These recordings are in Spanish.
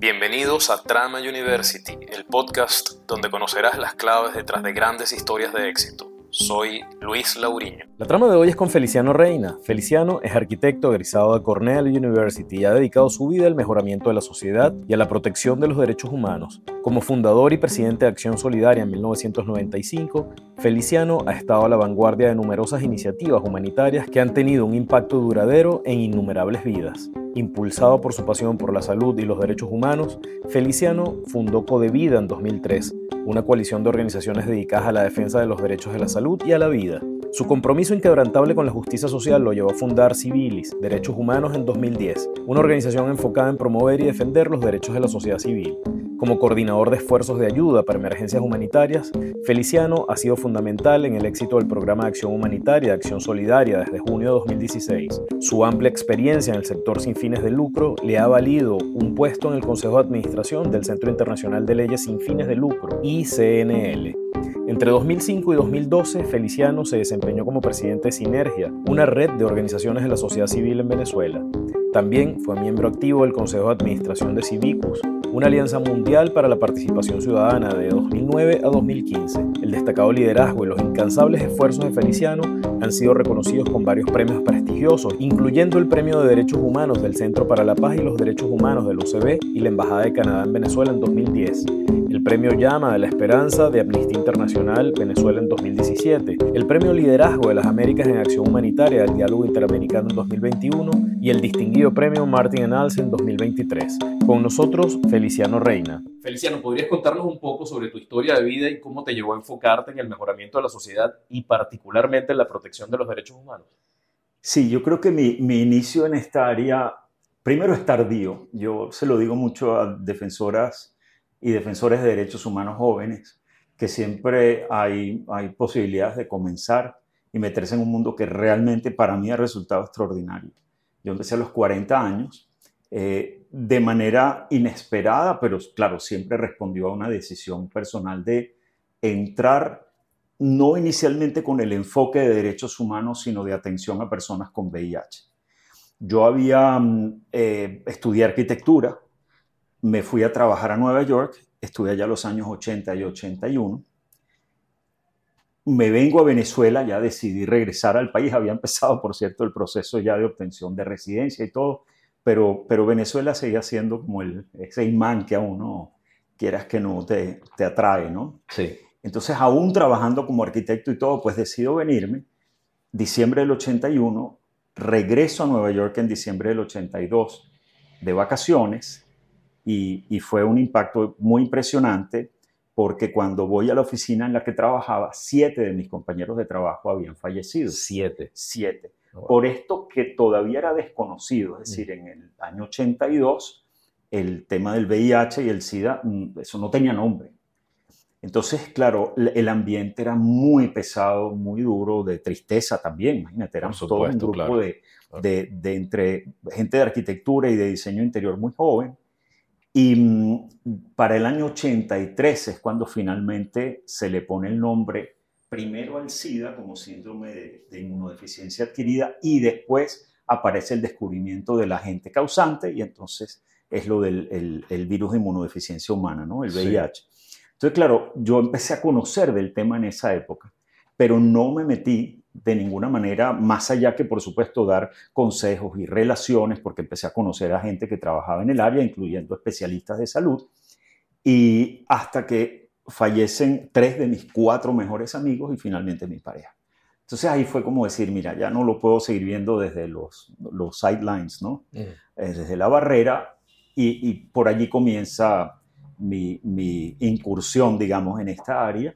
Bienvenidos a Trama University, el podcast donde conocerás las claves detrás de grandes historias de éxito. Soy Luis Lauriño. La trama de hoy es con Feliciano Reina. Feliciano es arquitecto egresado de Cornell University y ha dedicado su vida al mejoramiento de la sociedad y a la protección de los derechos humanos. Como fundador y presidente de Acción Solidaria en 1995, Feliciano ha estado a la vanguardia de numerosas iniciativas humanitarias que han tenido un impacto duradero en innumerables vidas. Impulsado por su pasión por la salud y los derechos humanos, Feliciano fundó Codevida en 2003, una coalición de organizaciones dedicadas a la defensa de los derechos de la salud y a la vida. Su compromiso inquebrantable con la justicia social lo llevó a fundar Civilis, Derechos Humanos, en 2010, una organización enfocada en promover y defender los derechos de la sociedad civil. Como coordinador de esfuerzos de ayuda para emergencias humanitarias, Feliciano ha sido fundamental en el éxito del programa de acción humanitaria de Acción Solidaria desde junio de 2016. Su amplia experiencia en el sector sin fines de lucro le ha valido un puesto en el Consejo de Administración del Centro Internacional de Leyes Sin Fines de Lucro, ICNL. Entre 2005 y 2012, Feliciano se desempeñó como presidente de Sinergia, una red de organizaciones de la sociedad civil en Venezuela. También fue miembro activo del Consejo de Administración de Civicus, una alianza mundial para la participación ciudadana de 2009 a 2015. El destacado liderazgo y los incansables esfuerzos de Feliciano han sido reconocidos con varios premios prestigiosos, incluyendo el Premio de Derechos Humanos del Centro para la Paz y los Derechos Humanos del UCB y la Embajada de Canadá en Venezuela en 2010. El Premio Llama de la Esperanza de Amnistía Internacional Venezuela en 2017, el Premio Liderazgo de las Américas en Acción Humanitaria del Diálogo Interamericano en 2021 y el distinguido Premio Martin & Alce en 2023. Con nosotros, Feliciano Reina. Feliciano, ¿podrías contarnos un poco sobre tu historia de vida y cómo te llevó a enfocarte en el mejoramiento de la sociedad y particularmente en la protección de los derechos humanos? Sí, yo creo que mi inicio en esta área, primero, es tardío. Yo se lo digo mucho a defensoras y defensores de derechos humanos jóvenes, que siempre hay posibilidades de comenzar y meterse en un mundo que realmente para mí ha resultado extraordinario. Yo empecé a los 40 años, de manera inesperada, pero claro, siempre respondió a una decisión personal de entrar, no inicialmente con el enfoque de derechos humanos, sino de atención a personas con VIH. Yo había estudié arquitectura, me fui a trabajar a Nueva York, estuve allá los años 80 y 81. Me vengo a Venezuela, ya decidí regresar al país. Había empezado, por cierto, el proceso ya de obtención de residencia y todo, pero Venezuela seguía siendo como ese imán que a uno, quieras que no, te atrae, ¿no? Sí. Entonces, aún trabajando como arquitecto y todo, pues decido venirme. Diciembre del 81, regreso a Nueva York en diciembre del 82 de vacaciones. Y fue un impacto muy impresionante porque cuando voy a la oficina en la que trabajaba, 7 de mis compañeros de trabajo habían fallecido. 7. Oh. Por esto que todavía era desconocido, es decir, en el año 82, el tema del VIH y el SIDA, eso no tenía nombre. Entonces, claro, el ambiente era muy pesado, muy duro, de tristeza también. Imagínate, éramos todo un grupo, claro, de entre gente de arquitectura y de diseño interior muy joven. Y para el año 83 es cuando finalmente se le pone el nombre primero al SIDA como síndrome de inmunodeficiencia adquirida y después aparece el descubrimiento del agente causante y entonces es lo del el virus de inmunodeficiencia humana, ¿no? El VIH. Sí. Entonces, claro, yo empecé a conocer del tema en esa época, pero no me metí de ninguna manera, más allá que, por supuesto, dar consejos y relaciones, porque empecé a conocer a gente que trabajaba en el área, incluyendo especialistas de salud, y hasta que fallecen 3 de mis 4 mejores amigos y finalmente mi pareja. Entonces ahí fue como decir, mira, ya no lo puedo seguir viendo desde los sidelines, ¿no? Desde la barrera, y por allí comienza mi incursión, digamos, en esta área.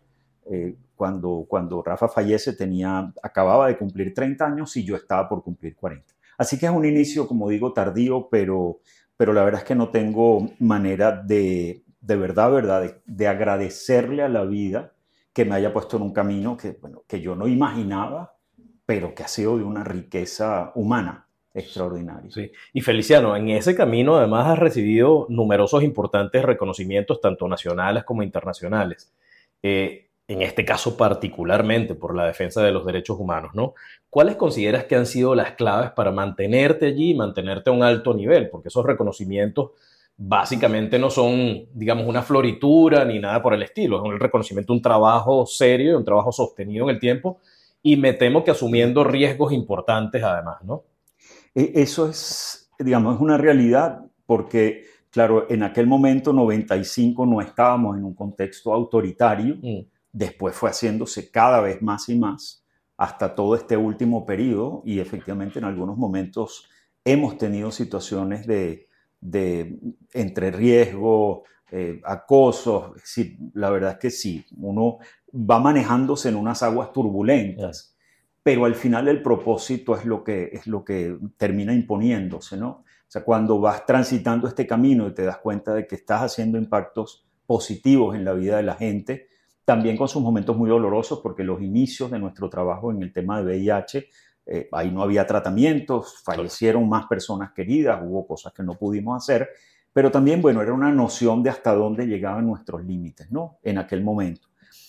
Cuando Rafa fallece acababa de cumplir 30 años y yo estaba por cumplir 40. Así que es un inicio, como digo, tardío, pero la verdad es que no tengo manera de agradecerle a la vida que me haya puesto en un camino que yo no imaginaba, pero que ha sido de una riqueza humana extraordinaria. Sí. Y Feliciano, en ese camino además has recibido numerosos importantes reconocimientos, tanto nacionales como internacionales. En este caso particularmente por la defensa de los derechos humanos, ¿no? ¿Cuáles consideras que han sido las claves para mantenerte allí y mantenerte a un alto nivel? Porque esos reconocimientos básicamente no son, digamos, una floritura ni nada por el estilo. Es un reconocimiento de un trabajo serio, un trabajo sostenido en el tiempo y me temo que asumiendo riesgos importantes además, ¿no? Eso es, digamos, es una realidad porque, claro, en aquel momento, 95, no estábamos en un contexto autoritario. Después fue haciéndose cada vez más y más hasta todo este último periodo y efectivamente en algunos momentos hemos tenido situaciones de entre riesgo, acosos. Es decir, la verdad es que sí, uno va manejándose en unas aguas turbulentas. Pero al final el propósito es lo que termina imponiéndose, ¿no? O sea, cuando vas transitando este camino y te das cuenta de que estás haciendo impactos positivos en la vida de la gente, también con sus momentos muy dolorosos, porque los inicios de nuestro trabajo en el tema de VIH, ahí no había tratamientos, fallecieron más personas queridas, hubo cosas que no pudimos hacer, pero también, bueno, era una noción de hasta dónde llegaban nuestros límites, ¿no? En aquel momento.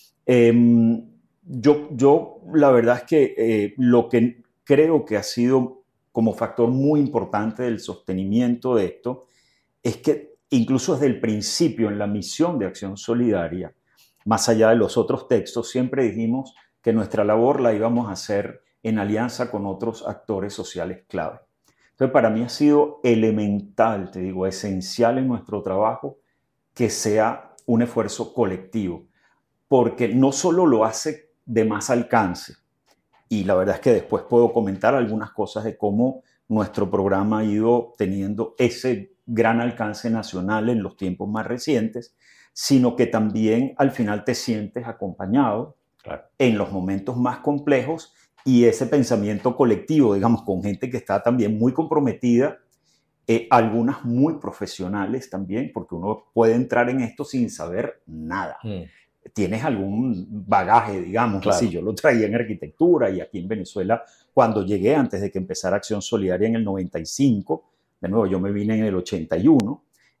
Yo la verdad es que lo que creo que ha sido como factor muy importante del sostenimiento de esto es que incluso desde el principio en la misión de Acción Solidaria, más allá de los otros textos, siempre dijimos que nuestra labor la íbamos a hacer en alianza con otros actores sociales clave. Entonces, para mí ha sido elemental, te digo, esencial en nuestro trabajo que sea un esfuerzo colectivo, porque no solo lo hace de más alcance, y la verdad es que después puedo comentar algunas cosas de cómo nuestro programa ha ido teniendo ese gran alcance nacional en los tiempos más recientes, sino que también al final te sientes acompañado en los momentos más complejos y ese pensamiento colectivo, digamos, con gente que está también muy comprometida, algunas muy profesionales también, porque uno puede entrar en esto sin saber nada. Tienes algún bagaje, digamos, claro. Así. Yo lo traía en arquitectura y aquí en Venezuela, cuando llegué, antes de que empezara Acción Solidaria en el 95, de nuevo yo me vine en el 81,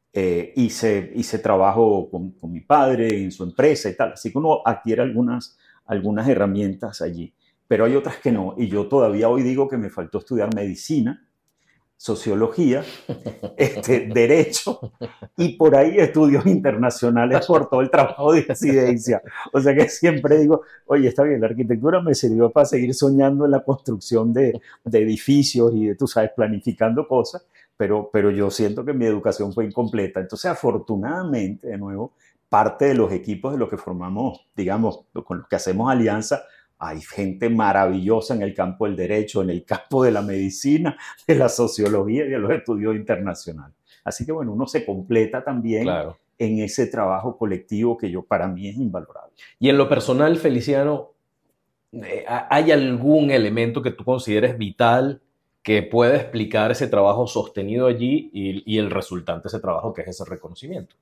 hice trabajo con mi padre en su empresa y tal, así que uno adquiere algunas herramientas allí, pero hay otras que no, y yo todavía hoy digo que me faltó estudiar medicina, sociología, derecho y por ahí estudios internacionales por todo el trabajo de incidencia. O sea que siempre digo, oye, está bien, la arquitectura me sirvió para seguir soñando en la construcción de edificios y de, tú sabes, planificando cosas, pero yo siento que mi educación fue incompleta. Entonces, afortunadamente, de nuevo, parte de los equipos de los que formamos, digamos, con los que hacemos alianza, hay gente maravillosa en el campo del derecho, en el campo de la medicina, de la sociología y de los estudios internacionales. Así que bueno, uno se completa también en ese trabajo colectivo que para mí es invalorable. Y en lo personal, Feliciano, ¿hay algún elemento que tú consideres vital que pueda explicar ese trabajo sostenido allí y el resultante de ese trabajo, que es ese reconocimiento?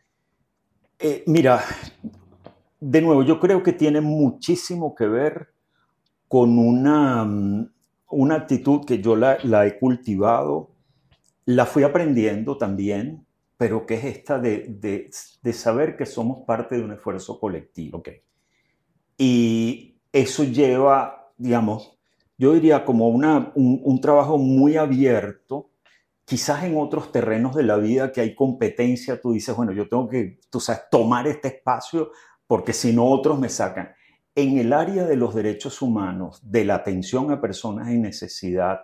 Mira, de nuevo, yo creo que tiene muchísimo que ver con una actitud que yo la he cultivado, la fui aprendiendo también, pero que es esta de saber que somos parte de un esfuerzo colectivo. Okay. Y eso lleva, digamos, yo diría como un trabajo muy abierto. Quizás en otros terrenos de la vida que hay competencia, tú dices, bueno, yo tengo que, tú sabes, tomar este espacio porque si no otros me sacan. En el área de los derechos humanos, de la atención a personas en necesidad,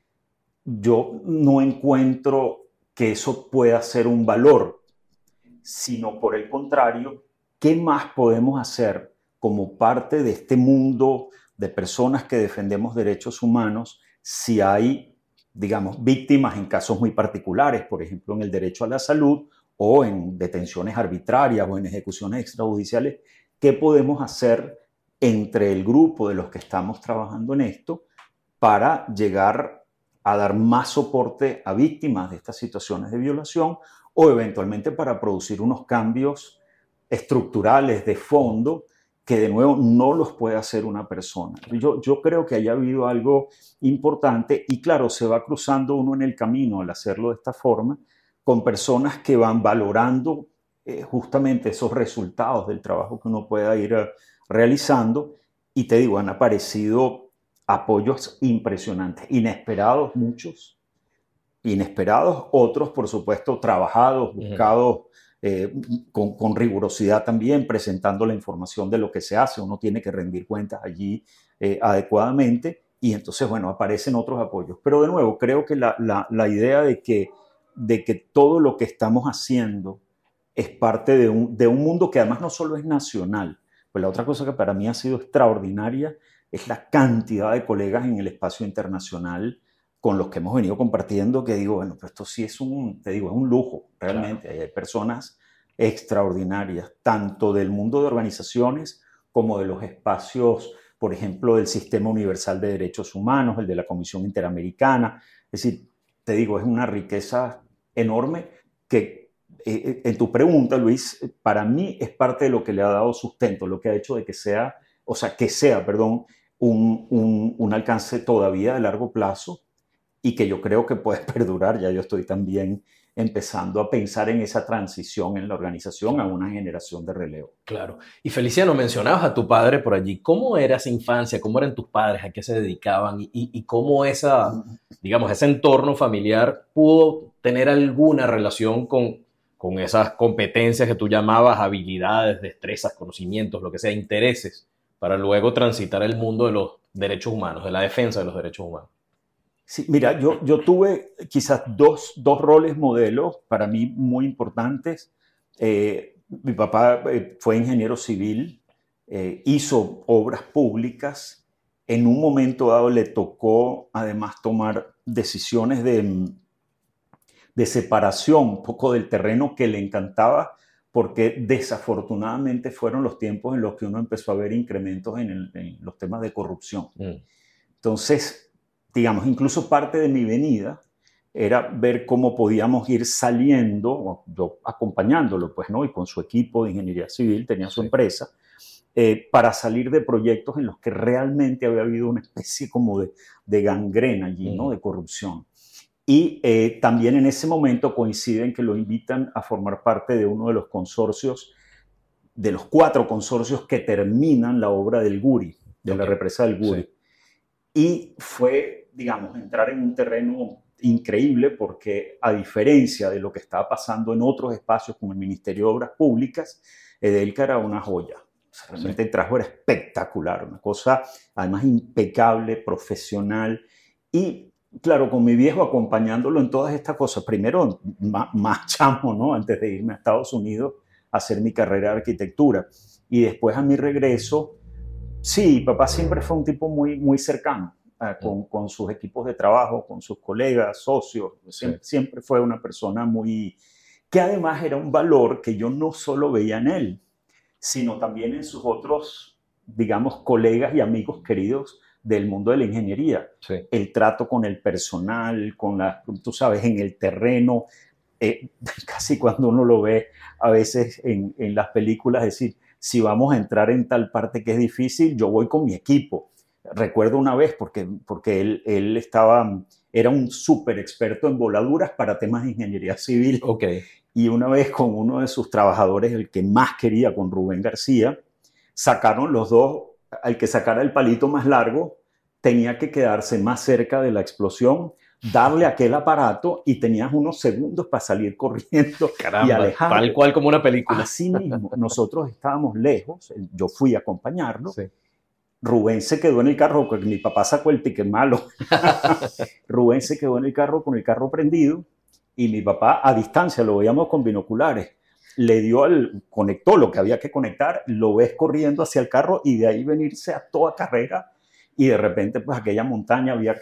yo no encuentro que eso pueda ser un valor, sino por el contrario, ¿qué más podemos hacer como parte de este mundo de personas que defendemos derechos humanos si hay, digamos, víctimas en casos muy particulares, por ejemplo, en el derecho a la salud o en detenciones arbitrarias o en ejecuciones extrajudiciales? ¿Qué podemos hacer entre el grupo de los que estamos trabajando en esto para llegar a dar más soporte a víctimas de estas situaciones de violación o eventualmente para producir unos cambios estructurales de fondo que de nuevo no los puede hacer una persona? Yo creo que haya habido algo importante y claro, se va cruzando uno en el camino al hacerlo de esta forma con personas que van valorando justamente esos resultados del trabajo que uno pueda ir realizando y te digo, han aparecido apoyos impresionantes, inesperados muchos, inesperados, otros, por supuesto, trabajados, buscados con rigurosidad también, presentando la información de lo que se hace. Uno tiene que rendir cuentas allí adecuadamente y entonces, bueno, aparecen otros apoyos. Pero de nuevo, creo que la idea de que todo lo que estamos haciendo es parte de un mundo que además no solo es nacional. Pues la otra cosa que para mí ha sido extraordinaria es la cantidad de colegas en el espacio internacional con los que hemos venido compartiendo, que digo, bueno, pues esto sí es te digo, es un lujo, realmente. Claro. Hay personas extraordinarias, tanto del mundo de organizaciones como de los espacios, por ejemplo, del Sistema Universal de Derechos Humanos, el de la Comisión Interamericana. Es decir, te digo, es una riqueza enorme que, en tu pregunta, Luis, para mí es parte de lo que le ha dado sustento, lo que ha hecho de que sea, un alcance todavía de largo plazo y que yo creo que puede perdurar. Ya yo estoy también empezando a pensar en esa transición en la organización a una generación de relevo. Claro. Y Feliciano, mencionabas a tu padre por allí. ¿Cómo era esa infancia? ¿Cómo eran tus padres? ¿A qué se dedicaban? ¿Y cómo ese entorno familiar pudo tener alguna relación con esas competencias que tú llamabas habilidades, destrezas, conocimientos, lo que sea, intereses, para luego transitar el mundo de los derechos humanos, de la defensa de los derechos humanos? Sí, mira, yo tuve quizás dos roles modelos para mí muy importantes. Mi papá fue ingeniero civil, hizo obras públicas. En un momento dado le tocó además tomar decisiones de separación un poco del terreno que le encantaba, porque desafortunadamente fueron los tiempos en los que uno empezó a ver incrementos en los temas de corrupción. Entonces, digamos, incluso parte de mi venida era ver cómo podíamos ir saliendo, yo acompañándolo, pues, ¿no? Y con su equipo de ingeniería civil, tenía su empresa, para salir de proyectos en los que realmente había habido una especie como de gangrena allí, ¿no? De corrupción. Y también en ese momento coinciden que lo invitan a formar parte de uno de los consorcios, de los 4 consorcios que terminan la obra del Guri, de la represa del Guri. Sí. Y fue, digamos, entrar en un terreno increíble porque, a diferencia de lo que estaba pasando en otros espacios como el Ministerio de Obras Públicas, Edelca era una joya. O sea, realmente el trabajo era espectacular, una cosa además impecable, profesional. Y claro, con mi viejo acompañándolo en todas estas cosas. Primero, más chamo, ¿no? Antes de irme a Estados Unidos a hacer mi carrera de arquitectura. Y después, a mi regreso, sí, papá siempre fue un tipo muy, muy cercano con sus equipos de trabajo, con sus colegas, socios. Siempre fue una persona muy... que además era un valor que yo no solo veía en él, sino también en sus otros, digamos, colegas y amigos queridos del mundo de la ingeniería. Sí. El trato con el personal, tú sabes, en el terreno, casi cuando uno lo ve a veces en las películas, es decir, si vamos a entrar en tal parte que es difícil, yo voy con mi equipo. Recuerdo una vez, porque él era un súper experto en voladuras para temas de ingeniería civil. Okay. Y una vez con uno de sus trabajadores, el que más quería, con Rubén García, sacaron los dos, al que sacara el palito más largo, tenía que quedarse más cerca de la explosión, darle aquel aparato y tenías unos segundos para salir corriendo. Caramba, y alejarte. Tal cual como una película. Así mismo, nosotros estábamos lejos, yo fui a acompañarlo. Sí. Rubén se quedó en el carro, porque mi papá sacó el ticket malo. Rubén se quedó en el carro con el carro prendido y mi papá a distancia, lo veíamos con binoculares, conectó lo que había que conectar, lo ves corriendo hacia el carro y de ahí venirse a toda carrera. Y de repente, pues aquella montaña había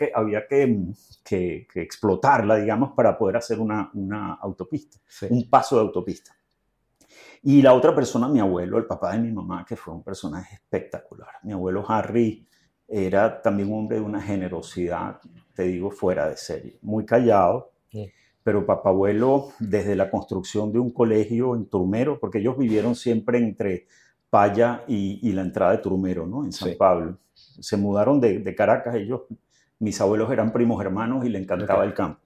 que explotarla, digamos, para poder hacer una autopista, sí. Un paso de autopista. Y la otra persona, mi abuelo, el papá de mi mamá, que fue un personaje espectacular. Mi abuelo Harry era también un hombre de una generosidad, te digo, fuera de serie. Muy callado, sí. Pero papá abuelo, desde la construcción de un colegio en Turmero, porque ellos vivieron siempre entre Paya y la entrada de Turmero, ¿no? En San sí. Pablo. Se mudaron de Caracas, mis abuelos eran primos hermanos y les encantaba el campo.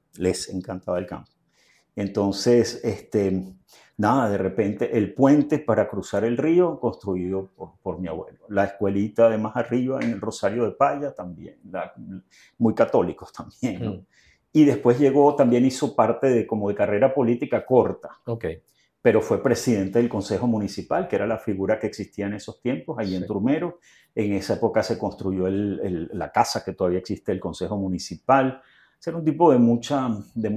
Entonces, nada, de repente el puente para cruzar el río construido por mi abuelo. La escuelita de más arriba en el Rosario de Paya también, muy católicos también, ¿no? y después también hizo parte como de carrera política corta. Okay. Pero fue presidente del Consejo Municipal, que era la figura que existía en esos tiempos, allí en Turmero. En esa época se construyó la casa que todavía existe, el Consejo Municipal. Era un tipo de mucha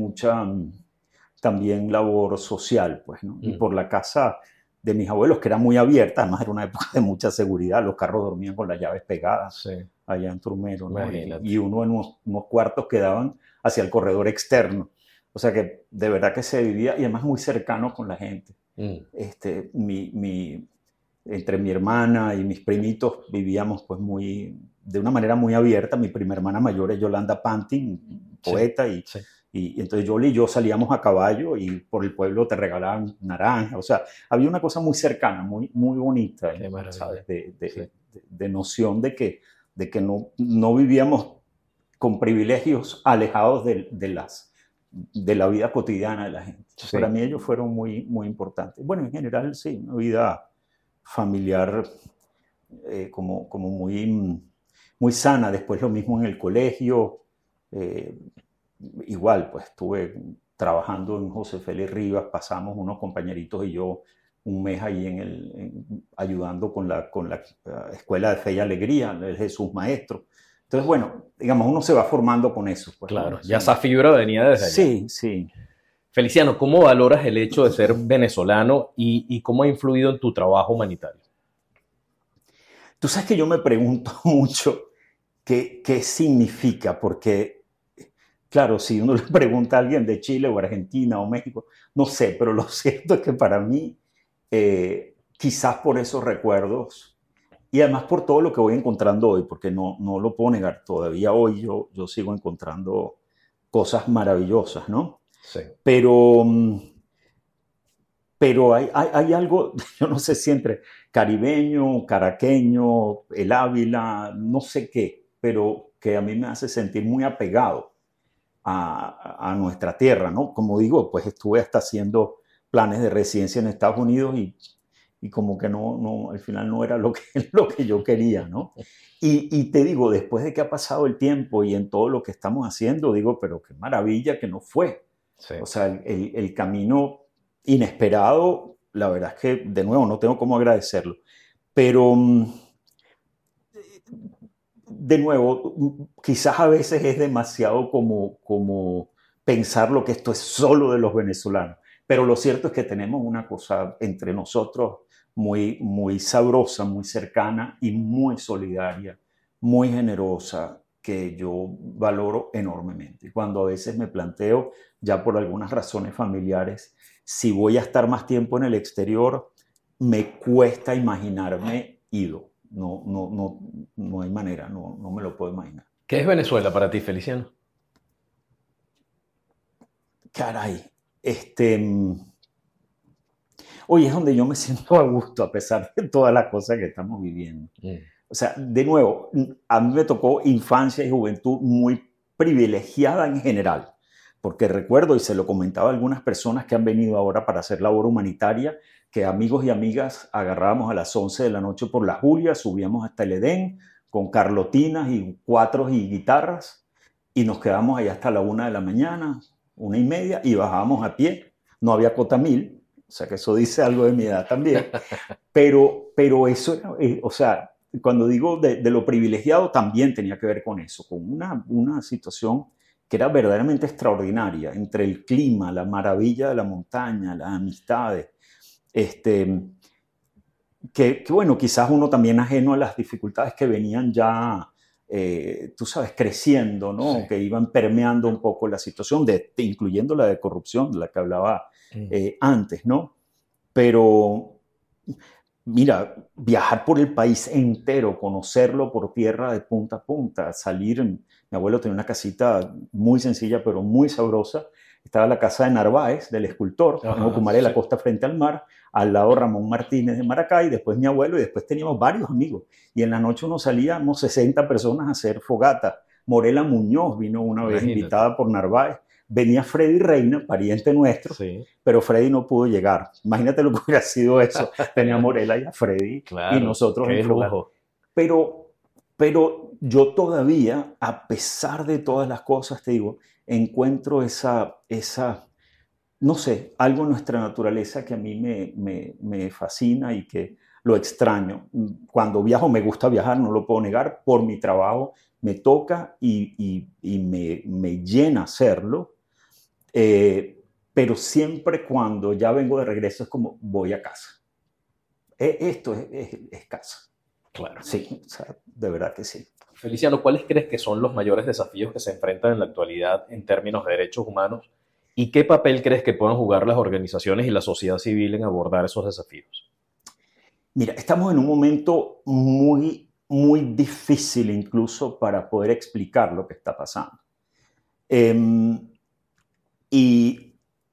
también labor social, pues, ¿no? Y por la casa de mis abuelos, que era muy abierta, además era una época de mucha seguridad, los carros dormían con las llaves pegadas allá en Turmero, ¿no? Y uno en unos cuartos que daban hacia el corredor externo. O sea que de verdad que se vivía, y además muy cercano con la gente. Entre mi hermana y mis primitos vivíamos pues de una manera muy abierta. Mi prima hermana mayor es Yolanda Pantin, poeta, y entonces Yoli y yo salíamos a caballo y por el pueblo te regalaban naranjas. O sea, había una cosa muy cercana, muy, muy bonita, ¿sabes? De noción de que no vivíamos con privilegios alejados de la vida cotidiana de la gente. Para mí ellos fueron muy, muy importantes. Bueno, en general sí, una vida familiar como muy, muy sana. Después lo mismo en el colegio. Igual, pues estuve trabajando en José Félix Rivas, pasamos unos compañeritos y yo un mes ahí ayudando con la Escuela de Fe y Alegría, el Jesús Maestro. Entonces, bueno, digamos, uno se va formando con eso. Pues, claro, ¿no? Ya esa fibra venía desde allá. Sí. Feliciano, ¿cómo valoras el hecho de ser venezolano y cómo ha influido en tu trabajo humanitario? Tú sabes que yo me pregunto mucho qué significa, porque, claro, si uno le pregunta a alguien de Chile o Argentina o México, no sé, pero lo cierto es que para mí, quizás por esos recuerdos, y además por todo lo que voy encontrando hoy, porque no lo puedo negar, todavía hoy yo sigo encontrando cosas maravillosas, ¿no? Sí. Pero hay algo, yo no sé si entre caribeño, caraqueño, el Ávila, no sé qué, pero que a mí me hace sentir muy apegado a nuestra tierra, ¿no? Como digo, pues estuve hasta haciendo planes de residencia en Estados Unidos y como que no, al final no era lo que yo quería, ¿no? Y te digo, después de que ha pasado el tiempo y en todo lo que estamos haciendo, digo, pero qué maravilla que no fue. Sí. O sea, el camino inesperado, la verdad es que, de nuevo, no tengo cómo agradecerlo. Pero, de nuevo, quizás a veces es demasiado como pensar lo que esto es solo de los venezolanos. Pero lo cierto es que tenemos una cosa entre nosotros muy, muy sabrosa, muy cercana y muy solidaria, muy generosa, que yo valoro enormemente. Y cuando a veces me planteo, ya por algunas razones familiares, si voy a estar más tiempo en el exterior, me cuesta imaginarme ido. No hay manera, no me lo puedo imaginar. ¿Qué es Venezuela para ti, Feliciano? Caray, hoy es donde yo me siento a gusto a pesar de todas las cosas que estamos viviendo. O sea, de nuevo, a mí me tocó infancia y juventud muy privilegiada en general, porque recuerdo, y se lo comentaba a algunas personas que han venido ahora para hacer labor humanitaria, que amigos y amigas agarrábamos a las 11 de la noche por la Julia, subíamos hasta el Edén con carlotinas y cuatros y guitarras, y nos quedamos allá hasta la 1 de la mañana, 1:30, y bajábamos a pie. No había cota 1000, o sea que eso dice algo de mi edad también, pero eso era, o sea, cuando digo de lo privilegiado, también tenía que ver con eso, con una situación que era verdaderamente extraordinaria, entre el clima, la maravilla de la montaña, las amistades, que bueno, quizás uno también ajeno a las dificultades que venían ya, tú sabes, creciendo, ¿no? Sí. Que iban permeando un poco la situación, incluyendo la de corrupción, de la que hablaba antes, ¿no? Pero mira, viajar por el país entero, conocerlo por tierra de punta a punta, salir. Mi abuelo tenía una casita muy sencilla, pero muy sabrosa. Estaba la casa de Narváez, del escultor, en Ocumaré, la costa frente al mar, al lado Ramón Martínez de Maracay, después mi abuelo, y después teníamos varios amigos. Y en la noche salíamos 60 personas a hacer fogata. Morela Muñoz vino una vez invitada por Narváez. Venía Freddy Reina, pariente nuestro, sí, pero Freddy no pudo llegar. Imagínate lo que hubiera sido eso. Tenía a Morela y a Freddy, claro, y nosotros en lujo. Pero yo todavía, a pesar de todas las cosas, te digo, encuentro no sé, algo en nuestra naturaleza que a mí me fascina y que lo extraño. Cuando viajo, me gusta viajar, no lo puedo negar, por mi trabajo me toca y me llena hacerlo, pero siempre cuando ya vengo de regreso es como voy a casa. Esto es casa. Claro. Sí, o sea, de verdad que sí. Feliciano, ¿cuáles crees que son los mayores desafíos que se enfrentan en la actualidad en términos de derechos humanos? ¿Y qué papel crees que puedan jugar las organizaciones y la sociedad civil en abordar esos desafíos? Mira, estamos en un momento muy, muy difícil incluso para poder explicar lo que está pasando. Y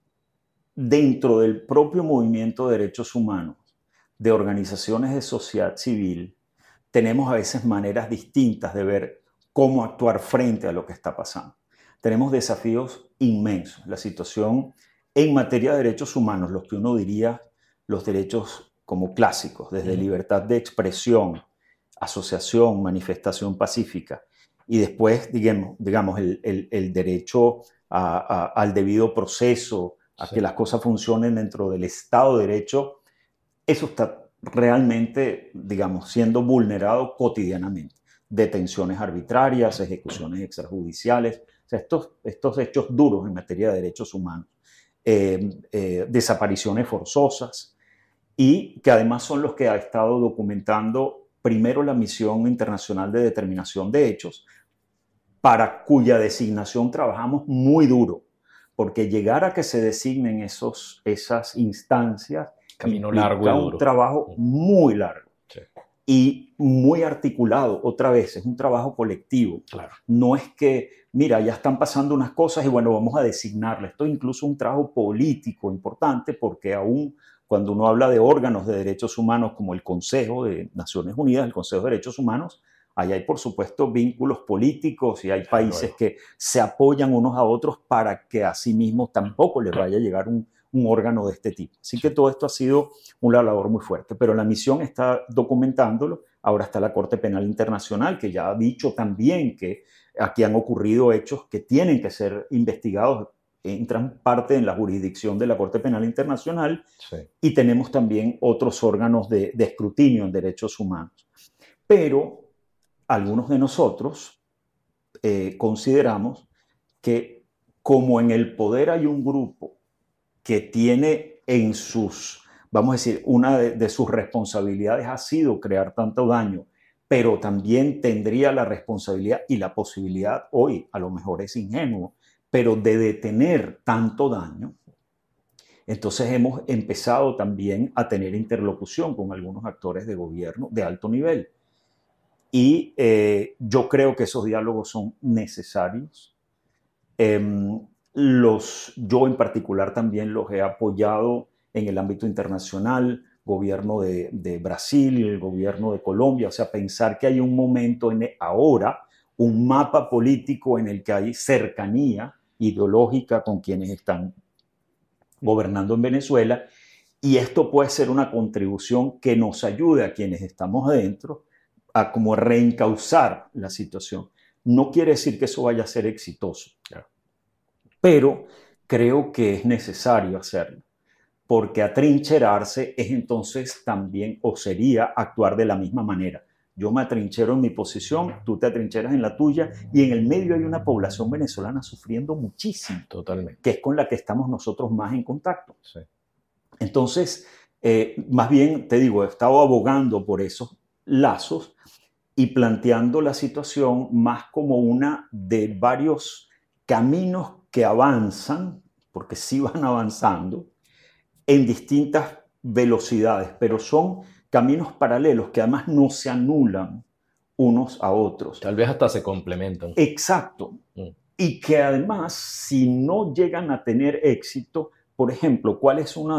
dentro del propio movimiento de derechos humanos, de organizaciones de sociedad civil, tenemos a veces maneras distintas de ver cómo actuar frente a lo que está pasando. Tenemos desafíos inmensos. La situación en materia de derechos humanos, los que uno diría los derechos como clásicos, desde libertad de expresión, asociación, manifestación pacífica, y después, digamos el derecho al debido proceso, a que las cosas funcionen dentro del Estado de Derecho, eso está realmente, digamos, siendo vulnerado cotidianamente. Detenciones arbitrarias, ejecuciones extrajudiciales, o sea, estos hechos duros en materia de derechos humanos, desapariciones forzosas, y que además son los que ha estado documentando primero la Misión Internacional de Determinación de Hechos, para cuya designación trabajamos muy duro, porque llegar a que se designen esas instancias Camino largo y duro. Un trabajo muy largo, sí, y muy articulado. Otra vez, es un trabajo colectivo. Claro. No es que, mira, ya están pasando unas cosas y bueno, vamos a designarle. Esto es incluso un trabajo político importante, porque aún cuando uno habla de órganos de derechos humanos como el Consejo de Naciones Unidas, el Consejo de Derechos Humanos, ahí hay, por supuesto, vínculos políticos y hay países que se apoyan unos a otros para que a sí mismos tampoco les vaya a llegar un órgano de este tipo. Así que todo esto ha sido una labor muy fuerte, pero la misión está documentándolo. Ahora está la Corte Penal Internacional, que ya ha dicho también que aquí han ocurrido hechos que tienen que ser investigados, entran parte en la jurisdicción de la Corte Penal Internacional, sí, y tenemos también otros órganos de escrutinio en derechos humanos. Pero algunos de nosotros consideramos que como en el poder hay un grupo que tiene en vamos a decir, una de sus responsabilidades ha sido crear tanto daño, pero también tendría la responsabilidad y la posibilidad, hoy a lo mejor es ingenuo, pero de detener tanto daño. Entonces hemos empezado también a tener interlocución con algunos actores de gobierno de alto nivel. Y yo creo que esos diálogos son necesarios. Yo en particular también los he apoyado en el ámbito internacional, gobierno de Brasil, el gobierno de Colombia, o sea, pensar que hay un momento ahora, un mapa político en el que hay cercanía ideológica con quienes están gobernando en Venezuela, y esto puede ser una contribución que nos ayude a quienes estamos adentro a como reencauzar la situación. No quiere decir que eso vaya a ser exitoso, claro, pero creo que es necesario hacerlo, porque atrincherarse es entonces también, o sería actuar de la misma manera. Yo me atrinchero en mi posición, tú te atrincheras en la tuya, y en el medio hay una población venezolana sufriendo muchísimo. Totalmente. Que es con la que estamos nosotros más en contacto. Sí. Entonces, más bien, te digo, he estado abogando por esos lazos y planteando la situación más como una de varios caminos que avanzan, porque sí van avanzando, en distintas velocidades, pero son caminos paralelos que además no se anulan unos a otros. Tal vez hasta se complementan. Exacto. Y que además, si no llegan a tener éxito, por ejemplo, ¿cuál es una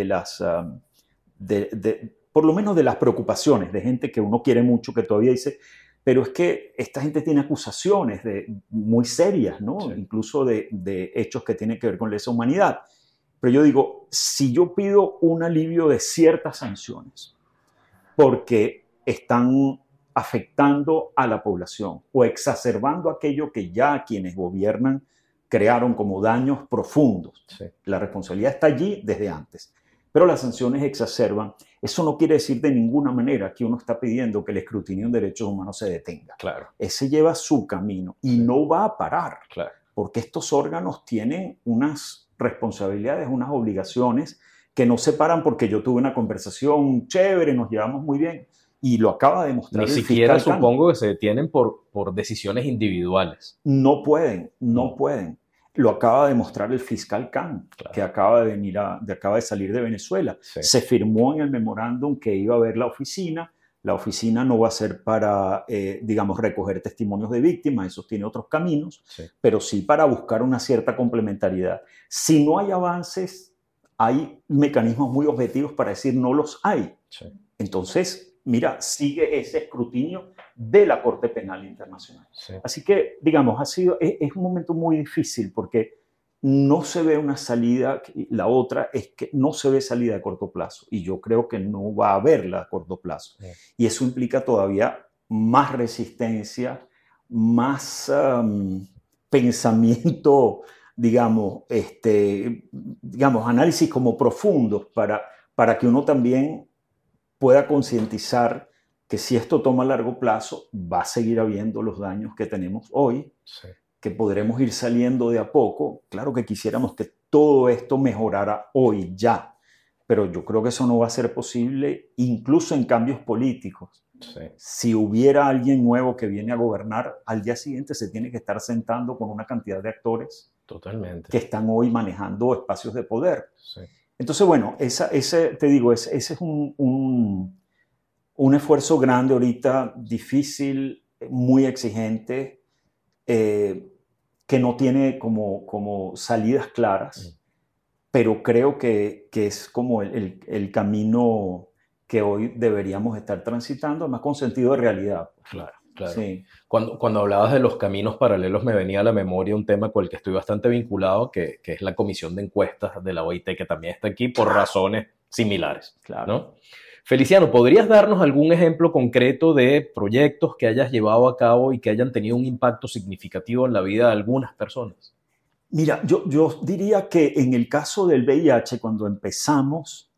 por lo menos de las preocupaciones de gente que uno quiere mucho, que todavía dice, pero es que esta gente tiene acusaciones muy serias, ¿no? Sí. Incluso de hechos que tienen que ver con lesa humanidad. Pero yo digo, si yo pido un alivio de ciertas sanciones, porque están afectando a la población o exacerbando aquello que ya quienes gobiernan crearon como daños profundos. Sí. La responsabilidad está allí desde antes. Pero las sanciones exacerban. Eso no quiere decir de ninguna manera que uno está pidiendo que el escrutinio en derechos humanos se detenga. Claro. Ese lleva su camino y no va a parar. Claro. Porque estos órganos tienen unas responsabilidades, unas obligaciones que no se paran porque yo tuve una conversación chévere, nos llevamos muy bien. Y lo acaba de demostrar Ni el siquiera fiscal Khan. supongo que se detienen por decisiones individuales. No pueden. Lo acaba de demostrar el fiscal Khan, Claro. que acaba de salir de Venezuela. Sí. Se firmó en el memorándum que iba a haber la oficina. La oficina no va a ser para, digamos, recoger testimonios de víctimas, eso tiene otros caminos, Sí. pero sí para buscar una cierta complementariedad. Si no hay avances, hay mecanismos muy objetivos para decir no los hay. Sí. Entonces, mira, sigue ese escrutinio de la Corte Penal Internacional. Sí. Así que, digamos, es un momento muy difícil porque no se ve una salida. La otra es que no se ve salida a corto plazo y yo creo que no va a haberla a corto plazo. Sí. Y eso implica todavía más resistencia, más pensamiento, digamos, análisis como profundos para que uno también pueda concientizar que si esto toma a largo plazo, va a seguir habiendo los daños que tenemos hoy, Sí. que podremos ir saliendo de a poco. Claro que quisiéramos que todo esto mejorara hoy, ya, pero yo creo que eso no va a ser posible, incluso en cambios políticos. Sí. Si hubiera alguien nuevo que viene a gobernar, al día siguiente se tiene que estar sentando con una cantidad de actores Totalmente. que están hoy manejando espacios de poder. Sí. Entonces, bueno, ese es un esfuerzo grande ahorita, difícil, muy exigente, que no tiene como salidas claras, pero creo que es como el camino que hoy deberíamos estar transitando, además con sentido de realidad. Claro, claro. Sí. Cuando hablabas de los caminos paralelos, me venía a la memoria un tema con el que estoy bastante vinculado, que es la comisión de encuestas de la OIT, que también está aquí por razones similares. Claro. ¿No? Feliciano, ¿podrías darnos algún ejemplo concreto de proyectos que hayas llevado a cabo y que hayan tenido un impacto significativo en la vida de algunas personas? Mira, yo diría que en el caso del VIH, cuando empezamos,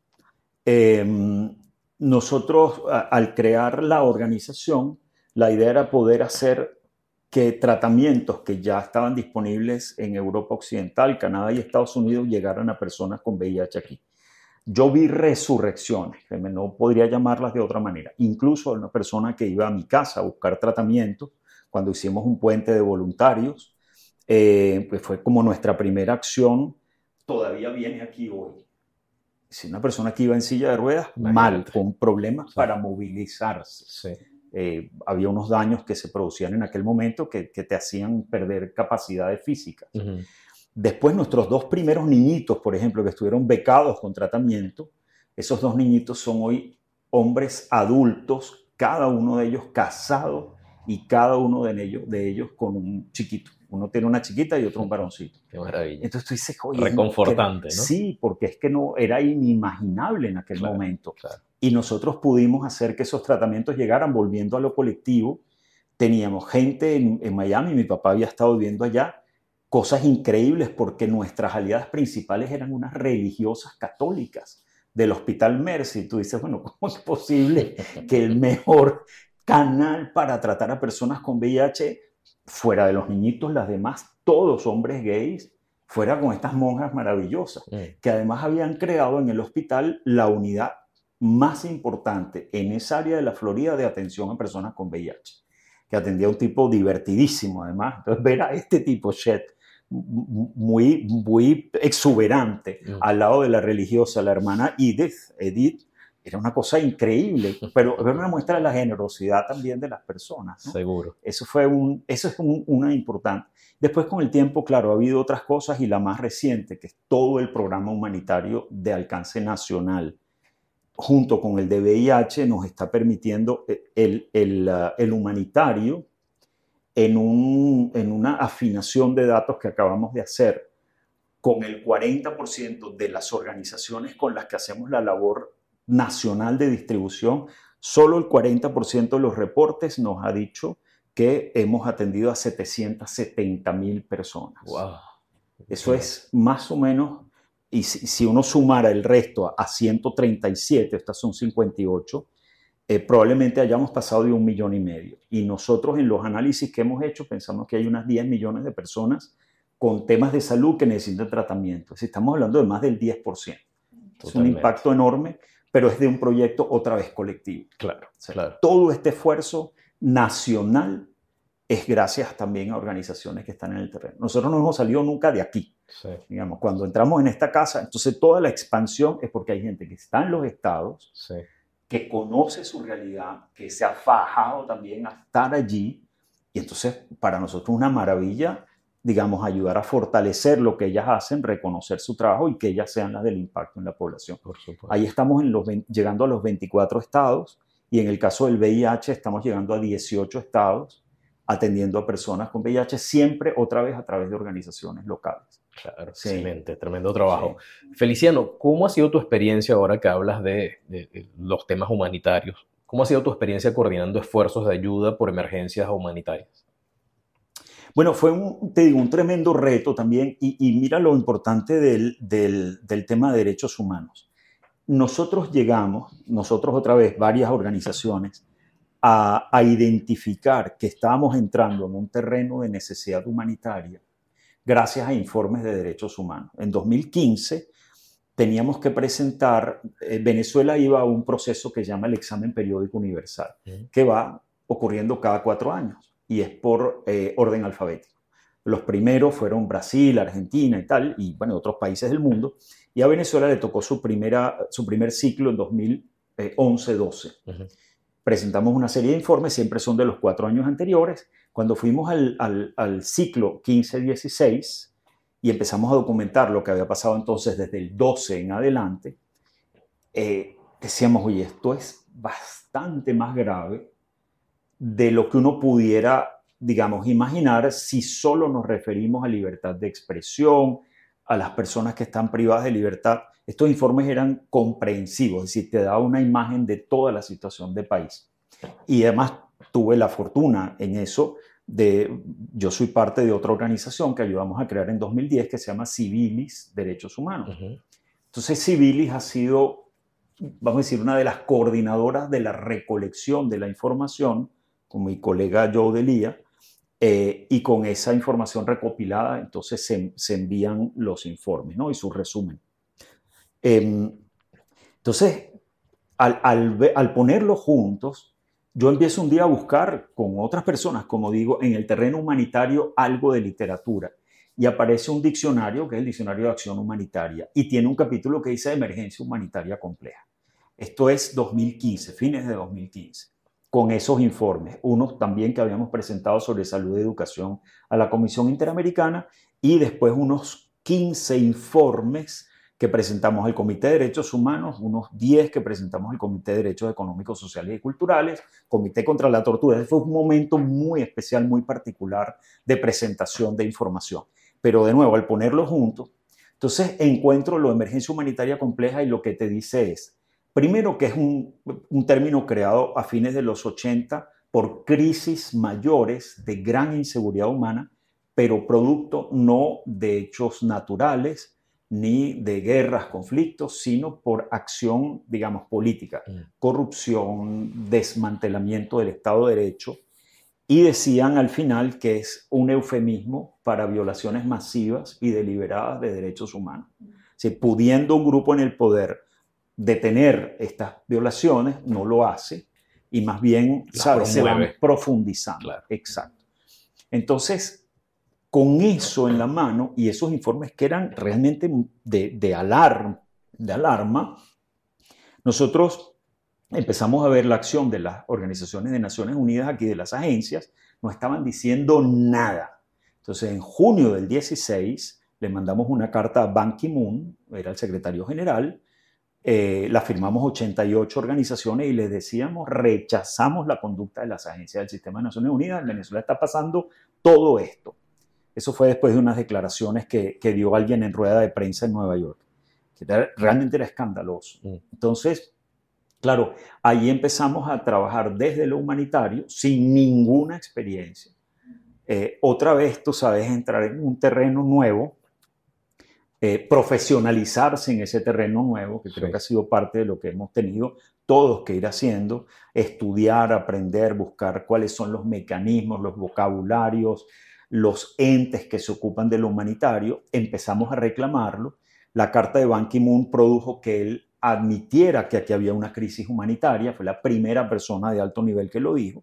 nosotros al crear la organización, la idea era poder hacer que tratamientos que ya estaban disponibles en Europa Occidental, Canadá y Estados Unidos llegaran a personas con VIH aquí. Yo vi resurrecciones, que no podría llamarlas de otra manera. Incluso una persona que iba a mi casa a buscar tratamiento, cuando hicimos un puente de voluntarios, pues fue como nuestra primera acción, todavía viene aquí hoy. Si una persona que iba en silla de ruedas, mal, con problemas para movilizarse. Sí. Había unos daños que se producían en aquel momento que te hacían perder capacidades físicas. Uh-huh. Después nuestros dos primeros niñitos, por ejemplo, que estuvieron becados con tratamiento, esos dos niñitos son hoy hombres adultos, cada uno de ellos casado y cada uno de ellos con un chiquito. Uno tiene una chiquita y otro un varoncito. Qué maravilla. Entonces tú dices, oye, reconfortante, ¿no? Sí, porque es que no era inimaginable en aquel momento. Claro. Y nosotros pudimos hacer que esos tratamientos llegaran volviendo a lo colectivo. Teníamos gente en Miami, mi papá había estado viviendo allá, cosas increíbles porque nuestras aliadas principales eran unas religiosas católicas del Hospital Mercy. Tú dices, bueno, ¿cómo es posible que el mejor canal para tratar a personas con VIH, fuera de los niñitos, las demás, todos hombres gays, fuera con estas monjas maravillosas, que además habían creado en el hospital la unidad más importante en esa área de la Florida de atención a personas con VIH, que atendía a un tipo divertidísimo además. Entonces ver a este tipo, Chet, muy exuberante, al lado de la religiosa, la hermana Edith, era una cosa increíble, pero era una muestra de la generosidad también de las personas, ¿no? Seguro. Eso es una importante. Después, con el tiempo, claro, ha habido otras cosas y la más reciente, que es todo el programa humanitario de alcance nacional, junto con el de VIH, nos está permitiendo el humanitario en una afinación de datos que acabamos de hacer con el 40% de las organizaciones con las que hacemos la labor nacional de distribución. Solo el 40% de los reportes nos ha dicho que hemos atendido a 770,000 personas. Wow. Eso es más o menos, y si uno sumara el resto a 137, estas son 58, probablemente hayamos pasado de 1,5 millones. Y nosotros en los análisis que hemos hecho pensamos que hay unas 10 millones de personas con temas de salud que necesitan tratamiento. Es decir, estamos hablando de más del 10%. Totalmente. Es un impacto enorme, pero es de un proyecto otra vez colectivo. Claro, O sea, claro. todo este esfuerzo nacional es gracias también a organizaciones que están en el terreno. Nosotros no hemos salido nunca de aquí. Sí. Digamos, cuando entramos en esta casa, entonces toda la expansión es porque hay gente que está en los estados, Sí. que conoce su realidad, que se ha fajado también a estar allí. Y entonces, para nosotros una maravilla, digamos, ayudar a fortalecer lo que ellas hacen, reconocer su trabajo y que ellas sean las del impacto en la población. Por supuesto. Ahí estamos llegando a los 24 estados y en el caso del VIH estamos llegando a 18 estados atendiendo a personas con VIH, siempre otra vez a través de organizaciones locales. Claro, Sí. excelente, tremendo trabajo. Sí. Feliciano, ¿cómo ha sido tu experiencia ahora que hablas de los temas humanitarios? ¿Cómo ha sido tu experiencia coordinando esfuerzos de ayuda por emergencias humanitarias? Bueno, fue un tremendo reto también y mira lo importante del tema de derechos humanos. Nosotros otra vez, varias organizaciones, a identificar que estábamos entrando en un terreno de necesidad humanitaria gracias a informes de derechos humanos. En 2015 teníamos que presentar, Venezuela iba a un proceso que se llama el examen periódico universal, que va ocurriendo cada 4 años y es por orden alfabético. Los primeros fueron Brasil, Argentina y tal, y bueno, otros países del mundo, y a Venezuela le tocó su primer ciclo en 2011-12. Presentamos una serie de informes, siempre son de los 4 años anteriores. Cuando fuimos al ciclo 15-16 y empezamos a documentar lo que había pasado entonces desde el 12 en adelante, decíamos, oye, esto es bastante más grave de lo que uno pudiera, digamos, imaginar si solo nos referimos a libertad de expresión, a las personas que están privadas de libertad. Estos informes eran comprensivos, es decir, te daba una imagen de toda la situación del país. Y además tuve la fortuna en eso yo soy parte de otra organización que ayudamos a crear en 2010 que se llama Civilis Derechos Humanos. Entonces Civilis ha sido, vamos a decir, una de las coordinadoras de la recolección de la información con mi colega Joe Delia, y con esa información recopilada entonces se envían los informes, ¿no? Y su resumen. Entonces, al ponerlos juntos, yo empiezo un día a buscar con otras personas, como digo, en el terreno humanitario algo de literatura. Y aparece un diccionario, que es el Diccionario de Acción Humanitaria, y tiene un capítulo que dice Emergencia Humanitaria Compleja. Esto es 2015, fines de 2015, con esos informes. Unos también que habíamos presentado sobre salud y educación a la Comisión Interamericana, y después unos 15 informes que presentamos al Comité de Derechos Humanos, unos 10 que presentamos al Comité de Derechos Económicos, Sociales y Culturales, Comité contra la Tortura. Ese fue un momento muy especial, muy particular de presentación de información. Pero de nuevo, al ponerlo juntos, entonces encuentro lo de emergencia humanitaria compleja y lo que te dice es, primero que es un término creado a fines de los 80 por crisis mayores de gran inseguridad humana, pero producto no de hechos naturales, ni de guerras, conflictos, sino por acción, digamos, política, corrupción, desmantelamiento del Estado de Derecho, y decían al final que es un eufemismo para violaciones masivas y deliberadas de derechos humanos. Si pudiendo un grupo en el poder detener estas violaciones, no lo hace, y más bien, ¿sabes?, se van profundizando. Claro. Exacto. Entonces, con eso en la mano y esos informes que eran realmente de alarma, nosotros empezamos a ver la acción de las organizaciones de Naciones Unidas aquí, de las agencias, no estaban diciendo nada. Entonces, en junio del 16, le mandamos una carta a Ban Ki-moon, era el secretario general, la firmamos 88 organizaciones y les decíamos, rechazamos la conducta de las agencias del Sistema de Naciones Unidas, en Venezuela está pasando todo esto. Eso fue después de unas declaraciones que dio alguien en rueda de prensa en Nueva York, que realmente era escandaloso. Entonces, claro, ahí empezamos a trabajar desde lo humanitario, sin ninguna experiencia. Otra vez, tú sabes, entrar en un terreno nuevo, profesionalizarse en ese terreno nuevo, que creo que ha sido parte de lo que hemos tenido todos que ir haciendo, estudiar, aprender, buscar cuáles son los mecanismos, los vocabularios, los entes que se ocupan de lo humanitario. Empezamos a reclamarlo. La carta de Ban Ki-moon produjo que él admitiera que aquí había una crisis humanitaria, fue la primera persona de alto nivel que lo dijo.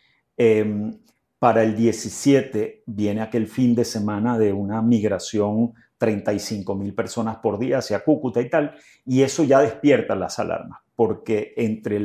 Para el 17 viene aquel fin de semana de una migración, 35,000 personas por día hacia Cúcuta y tal, y eso ya despierta las alarmas, porque entre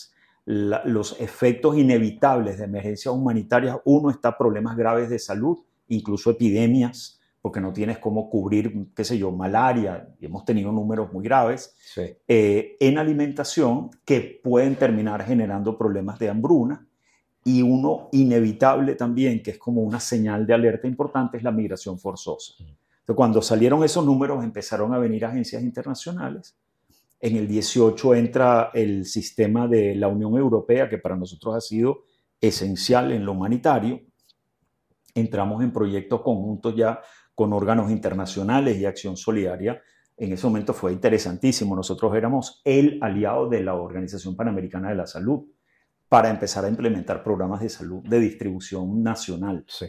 los efectos inevitables de emergencias humanitarias, uno está problemas graves de salud, incluso epidemias, porque no tienes cómo cubrir, qué sé yo, malaria, y hemos tenido números muy graves, en alimentación, que pueden terminar generando problemas de hambruna, y uno inevitable también, que es como una señal de alerta importante, es la migración forzosa. Entonces, cuando salieron esos números, empezaron a venir agencias internacionales. En el 18 entra el sistema de la Unión Europea, que para nosotros ha sido esencial en lo humanitario. Entramos en proyectos conjuntos ya con órganos internacionales y Acción Solidaria. En ese momento fue interesantísimo. Nosotros éramos el aliado de la Organización Panamericana de la Salud para empezar a implementar programas de salud de distribución nacional. Sí.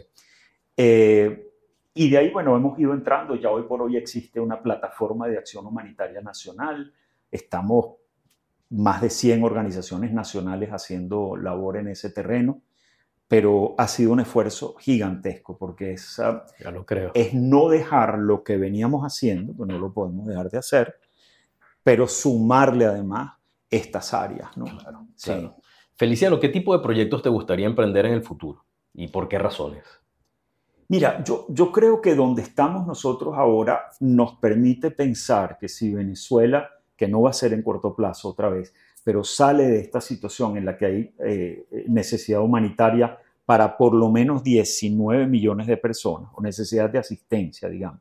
Y de ahí, bueno, hemos ido entrando. Ya hoy por hoy existe una plataforma de acción humanitaria nacional. Estamos más de 100 organizaciones nacionales haciendo labor en ese terreno, pero ha sido un esfuerzo gigantesco porque ya lo creo. Es no dejar lo que veníamos haciendo, pues no lo podemos dejar de hacer, pero sumarle además estas áreas, ¿no? Claro, sí. Claro. Feliciano, ¿qué tipo de proyectos te gustaría emprender en el futuro y por qué razones? Mira, yo creo que donde estamos nosotros ahora nos permite pensar que si Venezuela, que no va a ser en corto plazo otra vez, pero sale de esta situación en la que hay necesidad humanitaria para por lo menos 19 millones de personas, o necesidad de asistencia, digamos.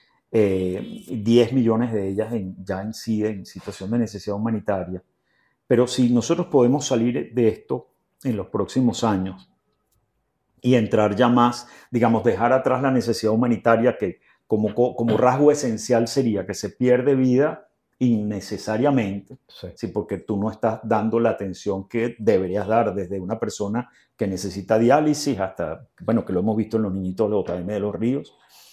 10 millones de ellas ya en sí en situación de necesidad humanitaria. Pero si nosotros podemos salir de esto en los próximos años y entrar ya más, digamos, dejar atrás la necesidad humanitaria que como rasgo esencial sería que se pierde vida innecesariamente, sí, porque tú no estás dando la atención que deberías dar desde una persona que necesita diálisis hasta, bueno, que lo hemos visto en los niñitos de Otaveme de los Ríos,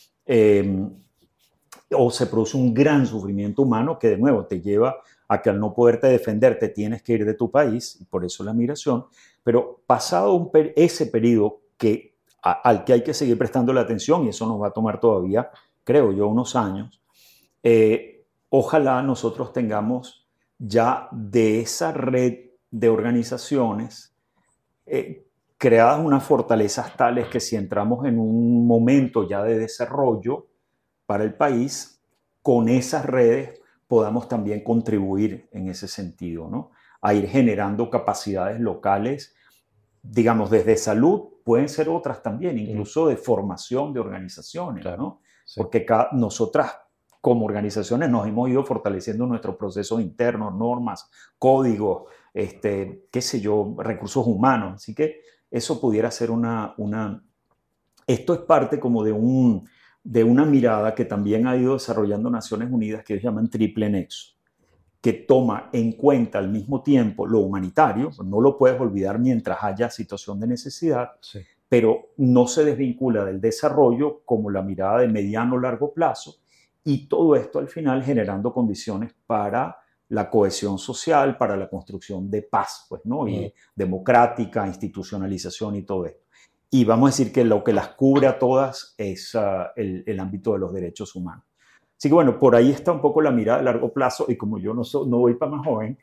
o se produce un gran sufrimiento humano que de nuevo te lleva a que al no poderte defender te tienes que ir de tu país, y por eso la migración, pero pasado ese periodo al que hay que seguir prestando la atención, y eso nos va a tomar todavía, creo yo, unos años, ojalá nosotros tengamos ya de esa red de organizaciones creadas unas fortalezas tales que si entramos en un momento ya de desarrollo para el país, con esas redes podamos también contribuir en ese sentido, ¿no? A ir generando capacidades locales, digamos, desde salud, pueden ser otras también, incluso de formación de organizaciones, claro, ¿no? Sí. Porque nosotras como organizaciones nos hemos ido fortaleciendo nuestros procesos internos, normas, códigos, qué sé yo, recursos humanos. Así que eso pudiera ser Esto es parte como de una mirada que también ha ido desarrollando Naciones Unidas, que ellos llaman triple nexo, que toma en cuenta al mismo tiempo lo humanitario, no lo puedes olvidar mientras haya situación de necesidad, sí, pero no se desvincula del desarrollo como la mirada de mediano o largo plazo, y todo esto al final generando condiciones para la cohesión social, para la construcción de paz, pues, ¿no? Y democrática, institucionalización y todo esto. Y vamos a decir que lo que las cubre a todas es el ámbito de los derechos humanos. Así que bueno, por ahí está un poco la mirada a largo plazo, y como yo no voy para más joven,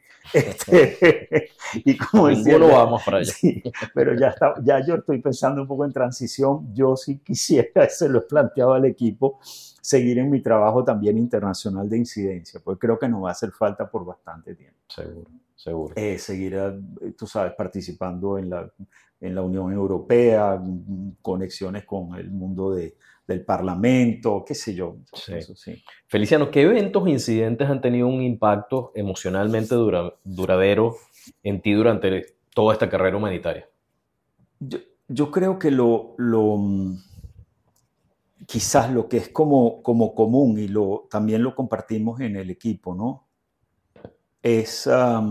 y como decía, no vamos para allá. Sí, pero ya yo estoy pensando un poco en transición. Yo sí quisiera, se lo he planteado al equipo, seguir en mi trabajo también internacional de incidencia, porque creo que nos va a hacer falta por bastante tiempo. Seguro. Seguir, tú sabes, participando en la Unión Europea, conexiones con el mundo del Parlamento, qué sé yo. Sí. Eso, sí. Feliciano, ¿qué eventos o incidentes han tenido un impacto emocionalmente duradero en ti durante toda esta carrera humanitaria? Yo creo que lo quizás lo que es como común y también lo compartimos en el equipo, ¿no? Es,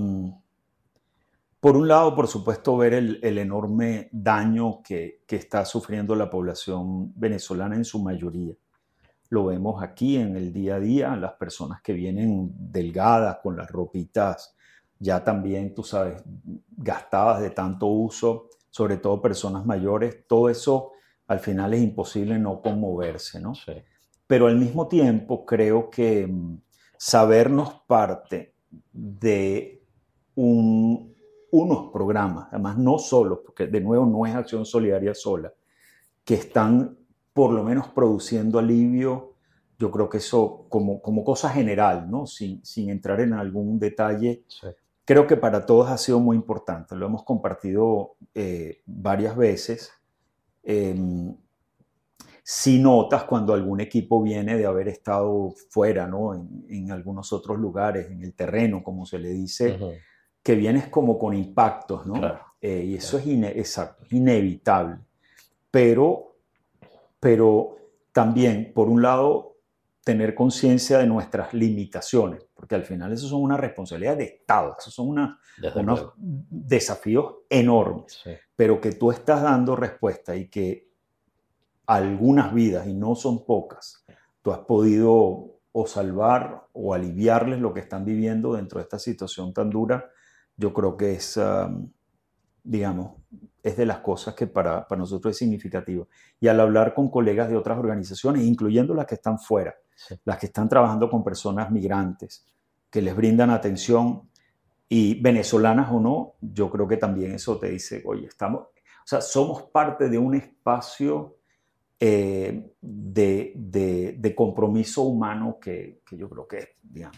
por un lado, por supuesto, ver el enorme daño que está sufriendo la población venezolana en su mayoría. Lo vemos aquí en el día a día, las personas que vienen delgadas, con las ropitas ya también, tú sabes, gastadas de tanto uso, sobre todo personas mayores, todo eso al final es imposible no conmoverse, ¿no? Sí. Pero al mismo tiempo creo que sabernos parte de unos programas, además no solos, porque de nuevo no es Acción Solidaria sola, que están por lo menos produciendo alivio. Yo creo que eso como cosa general, ¿no? Sin entrar en algún detalle, Sí. creo que para todos ha sido muy importante. Lo hemos compartido varias veces. Si notas cuando algún equipo viene de haber estado fuera, ¿no? En algunos otros lugares, en el terreno, como se le dice, que vienes como con impactos, ¿no? Claro. Y eso es exacto, inevitable. Pero también, por un lado, tener conciencia de nuestras limitaciones, porque al final eso son una responsabilidad de Estado, esos son unos desafíos enormes, Sí. pero que tú estás dando respuesta y que algunas vidas, y no son pocas, tú has podido o salvar o aliviarles lo que están viviendo dentro de esta situación tan dura. Yo creo que es, digamos, es de las cosas que para nosotros es significativo. Y al hablar con colegas de otras organizaciones, incluyendo las que están fuera, Sí. las que están trabajando con personas migrantes, que les brindan atención, y venezolanas o no, yo creo que también eso te dice, oye, somos parte de un espacio de compromiso humano que yo creo que, digamos,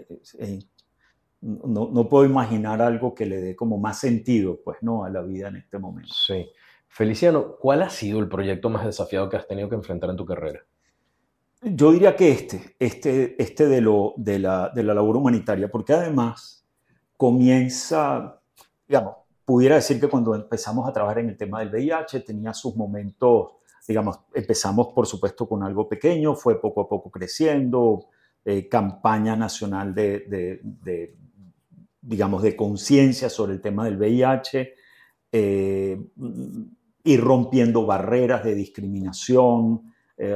no puedo imaginar algo que le dé como más sentido, pues, ¿no? A la vida en este momento. Sí. Feliciano, ¿cuál ha sido el proyecto más desafiado que has tenido que enfrentar en tu carrera? Yo diría que de la labor humanitaria, porque además comienza, digamos, pudiera decir que cuando empezamos a trabajar en el tema del VIH tenía sus momentos, digamos, empezamos por supuesto con algo pequeño, fue poco a poco creciendo, campaña nacional digamos, de conciencia sobre el tema del VIH, ir rompiendo barreras de discriminación,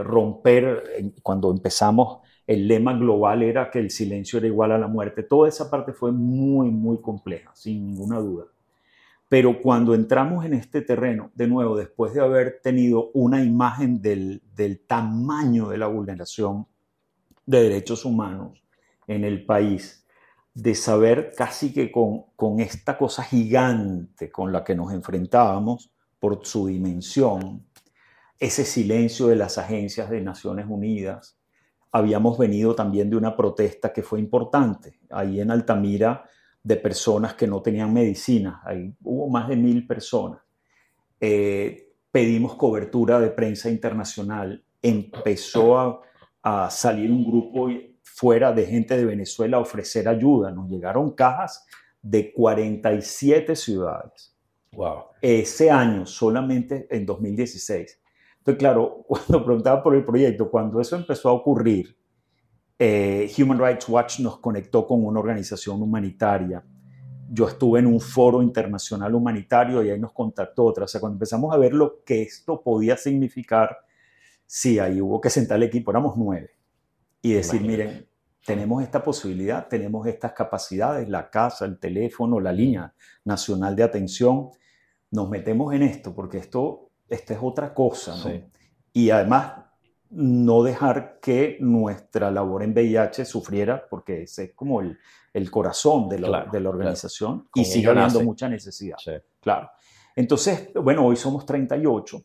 cuando empezamos, el lema global era que el silencio era igual a la muerte. Toda esa parte fue muy, muy compleja, sin ninguna duda. Pero cuando entramos en este terreno, de nuevo, después de haber tenido una imagen del tamaño de la vulneración de derechos humanos en el país, de saber casi que con esta cosa gigante con la que nos enfrentábamos por su dimensión, ese silencio de las agencias de Naciones Unidas, habíamos venido también de una protesta que fue importante, ahí en Altamira, de personas que no tenían medicina. Ahí hubo más de 1,000 personas. Pedimos cobertura de prensa internacional. Empezó a salir un grupo fuera de gente de Venezuela a ofrecer ayuda. Nos llegaron cajas de 47 ciudades. Wow. Ese año, solamente en 2016. Entonces, claro, cuando preguntaba por el proyecto, cuando eso empezó a ocurrir, Human Rights Watch nos conectó con una organización humanitaria. Yo estuve en un foro internacional humanitario y ahí nos contactó otra. O sea, cuando empezamos a ver lo que esto podía significar, sí, ahí hubo que sentar el equipo, éramos 9, y decir, miren, tenemos esta posibilidad, tenemos estas capacidades, la casa, el teléfono, la línea nacional de atención, nos metemos en esto porque esta es otra cosa, ¿no? Sí. Y además, no dejar que nuestra labor en VIH sufriera, porque ese es como el corazón de la organización, claro. Y sigue habiendo mucha necesidad. Sí. Claro. Entonces, bueno, hoy somos 38,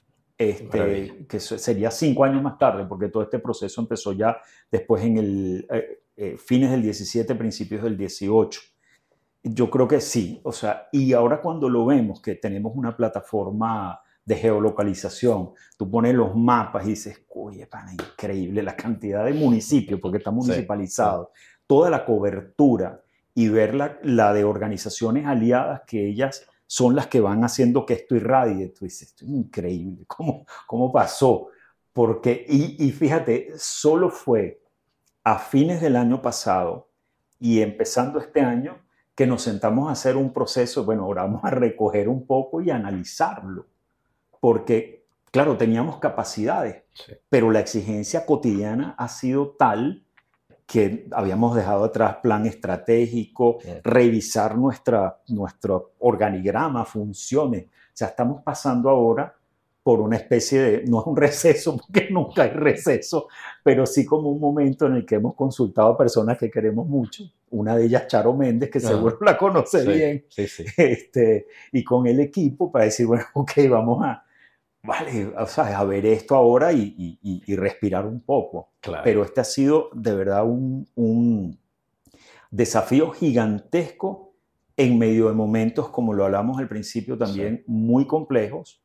que sería 5 años más tarde, porque todo este proceso empezó ya después en fines del 17, principios del 18. Yo creo que sí, o sea, y ahora cuando lo vemos, que tenemos una plataforma de geolocalización, tú pones los mapas y dices, oye, pana, increíble la cantidad de municipios, porque está municipalizado, sí. Toda la cobertura, y ver la de organizaciones aliadas, que ellas son las que van haciendo que esto irradie. Tú dices, esto es increíble, ¿cómo pasó? Porque, y fíjate, solo fue a fines del año pasado y empezando este año que nos sentamos a hacer un proceso, bueno, ahora vamos a recoger un poco y analizarlo, porque, claro, teníamos capacidades, Sí. pero la exigencia cotidiana ha sido tal que habíamos dejado atrás plan estratégico, revisar nuestro organigrama, funciones. O sea, estamos pasando ahora por una especie de, no es un receso, porque nunca hay receso, pero sí como un momento en el que hemos consultado a personas que queremos mucho. Una de ellas, Charo Méndez, que seguro la conoce bien, Sí. y con el equipo para decir, bueno, ok, vamos vale, o sea, a ver esto ahora y respirar un poco. Claro. Pero este ha sido de verdad un desafío gigantesco en medio de momentos, como lo hablamos al principio, también muy complejos.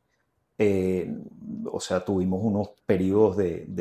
O sea, tuvimos unos periodos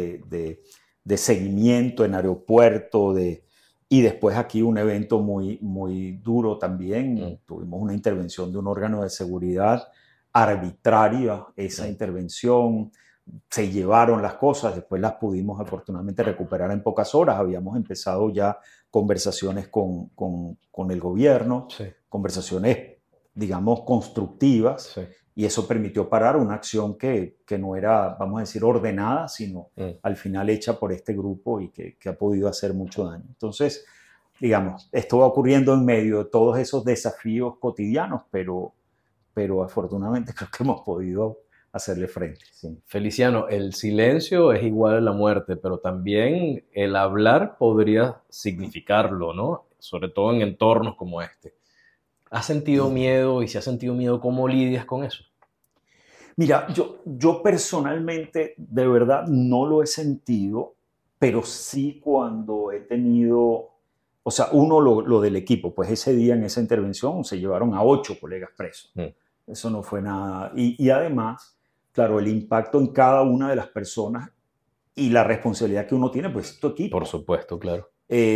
de seguimiento en aeropuerto, y después aquí un evento muy duro también. Tuvimos una intervención de un órgano de seguridad arbitraria, esa intervención. Se llevaron las cosas, después las pudimos afortunadamente recuperar en pocas horas. Habíamos empezado ya conversaciones con el gobierno, conversaciones, digamos, constructivas. Y eso permitió parar una acción que no era, vamos a decir, ordenada, sino al final hecha por este grupo y que ha podido hacer mucho daño. Entonces, digamos, esto va ocurriendo en medio de todos esos desafíos cotidianos, pero afortunadamente creo que hemos podido hacerle frente. Sí. Feliciano, el silencio es igual a la muerte, pero también el hablar podría significarlo, ¿no? Sobre todo en entornos como este. ¿Has sentido miedo? Y si has sentido miedo, ¿cómo lidias con eso? Mira, yo personalmente de verdad no lo he sentido, pero sí cuando he tenido, o sea, uno lo del equipo, pues ese día en esa intervención se llevaron a 8 colegas presos. Eso no fue nada. Y además, claro, el impacto en cada una de las personas y la responsabilidad que uno tiene, pues tu equipo. Por supuesto, claro.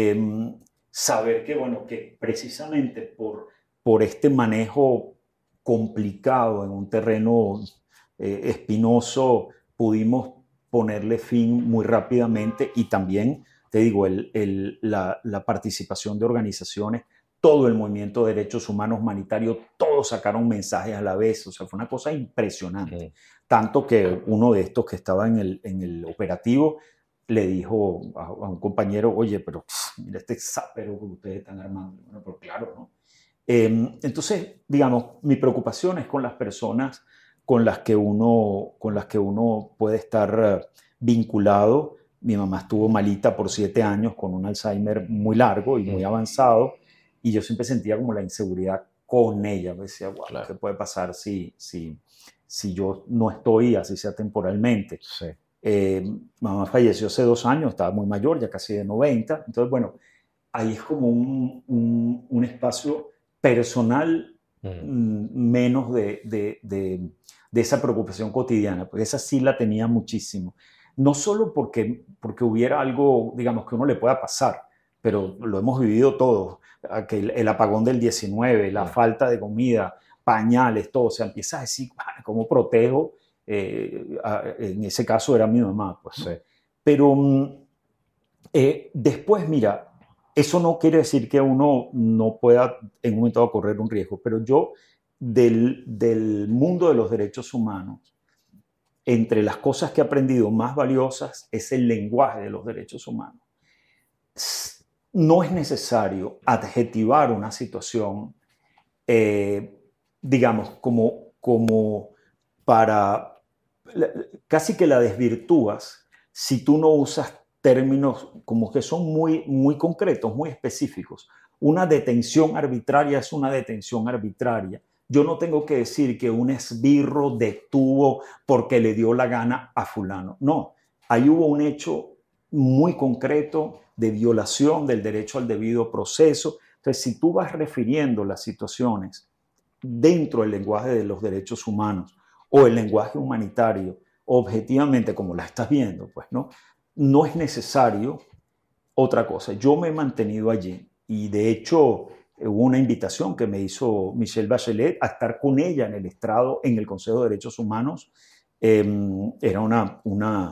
Saber que, bueno, que precisamente por este manejo complicado en un terreno espinoso, pudimos ponerle fin muy rápidamente. Y también, te digo, la participación de organizaciones, todo el movimiento de derechos humanos humanitarios, todos sacaron mensajes a la vez. O sea, fue una cosa impresionante. Tanto que uno de estos que estaba en el operativo le dijo a un compañero, oye, pero mira este zápero que ustedes están armando. Bueno, pero claro, ¿no? Entonces, digamos, mi preocupación es con las personas con las que uno puede estar vinculado. Mi mamá estuvo malita por 7 años con un Alzheimer muy largo y muy avanzado, y yo siempre sentía como la inseguridad con ella. Me decía, wow, claro, ¿qué puede pasar si yo no estoy, así sea temporalmente? Sí. Mamá falleció hace 2 años, estaba muy mayor, ya casi de 90. Entonces, bueno, ahí es como un espacio personal menos de esa preocupación cotidiana, porque esa sí la tenía muchísimo. No solo porque hubiera algo, digamos, que uno le pueda pasar, pero lo hemos vivido todos, el apagón del 19, la falta de comida, pañales, todo. O sea, empiezas a decir, ¿cómo protejo? En ese caso era mi mamá, pues, ¿no? Sí. Pero después, mira, eso no quiere decir que uno no pueda en un momento dado correr un riesgo, pero yo del mundo de los derechos humanos, entre las cosas que he aprendido más valiosas es el lenguaje de los derechos humanos. No es necesario adjetivar una situación, digamos, como para, casi que la desvirtúas si tú no usas términos como que son muy concretos, muy específicos. Una detención arbitraria es una detención arbitraria. Yo no tengo que decir que un esbirro detuvo porque le dio la gana a fulano. No, ahí hubo un hecho muy concreto de violación del derecho al debido proceso. Entonces, si tú vas refiriendo las situaciones dentro del lenguaje de los derechos humanos o el lenguaje humanitario, objetivamente como la estás viendo, pues no es necesario otra cosa. Yo me he mantenido allí y de hecho hubo una invitación que me hizo Michelle Bachelet a estar con ella en el estrado en el Consejo de Derechos Humanos. Era una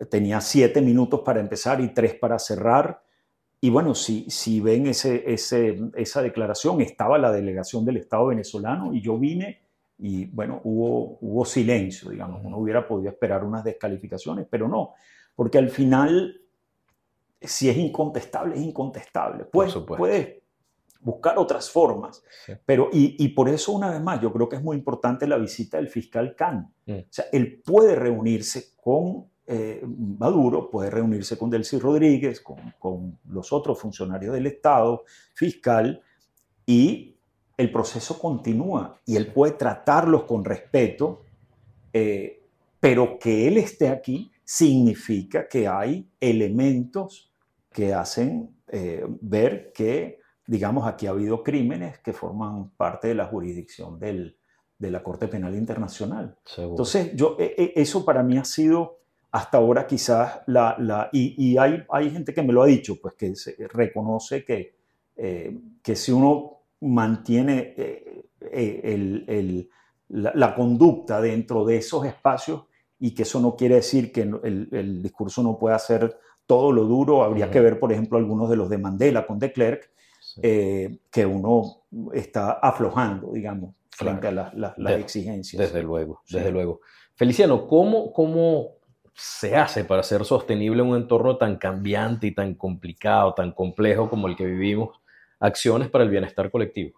tenía 7 minutos para empezar y 3 para cerrar. Y bueno, si ven esa declaración, estaba la delegación del Estado venezolano y yo vine y bueno, hubo silencio, digamos. Uno hubiera podido esperar unas descalificaciones, pero no, porque al final, si es incontestable, es incontestable. Puedes buscar otras formas, sí. Pero y por eso, una vez más, yo creo que es muy importante la visita del fiscal Khan. O sea, él puede reunirse con Maduro, puede reunirse con Delcy Rodríguez, con los otros funcionarios del Estado, fiscal, y el proceso continúa y él puede tratarlos con respeto, pero que él esté aquí significa que hay elementos que hacen ver que, digamos, aquí ha habido crímenes que forman parte de la jurisdicción de la Corte Penal Internacional. Seguro. Entonces, eso para mí ha sido hasta ahora quizás y hay gente que me lo ha dicho, pues que reconoce que si uno mantiene la conducta dentro de esos espacios, y que eso no quiere decir que el discurso no pueda ser todo lo duro. Habría que ver, por ejemplo, algunos de los de Mandela con de Klerk, que uno está aflojando, digamos, frente a las exigencias. Desde luego, sí. Desde luego. Feliciano, ¿cómo se hace para ser sostenible en un entorno tan cambiante y tan complicado, tan complejo como el que vivimos, acciones para el bienestar colectivo?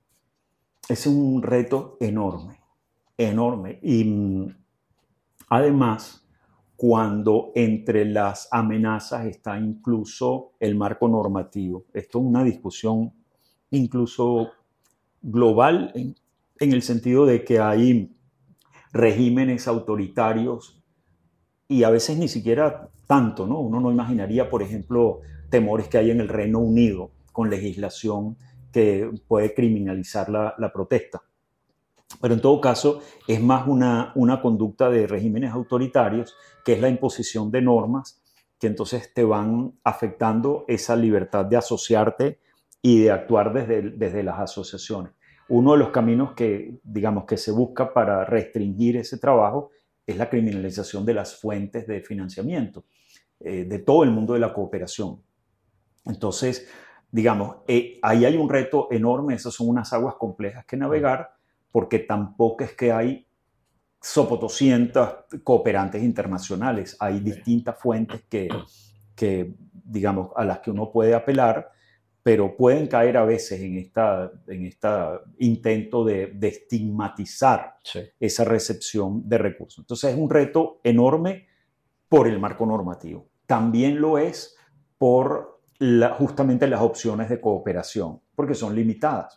Es un reto enorme, enorme. Y además, cuando entre las amenazas está incluso el marco normativo. Esto es una discusión incluso global en el sentido de que hay regímenes autoritarios y a veces ni siquiera tanto, ¿no? Uno no imaginaría, por ejemplo, temores que hay en el Reino Unido con legislación que puede criminalizar la protesta. Pero en todo caso es más una conducta de regímenes autoritarios, que es la imposición de normas que entonces te van afectando esa libertad de asociarte y de actuar desde las asociaciones. Uno de los caminos que, digamos, que se busca para restringir ese trabajo es la criminalización de las fuentes de financiamiento de todo el mundo de la cooperación. Entonces, digamos, ahí hay un reto enorme. Esas son unas aguas complejas que navegar, porque tampoco es que hay sopotoscientas cooperantes internacionales. Hay distintas fuentes que, digamos, a las que uno puede apelar, pero pueden caer a veces en este intento de estigmatizar esa recepción de recursos. Entonces es un reto enorme por el marco normativo. También lo es por justamente las opciones de cooperación, porque son limitadas.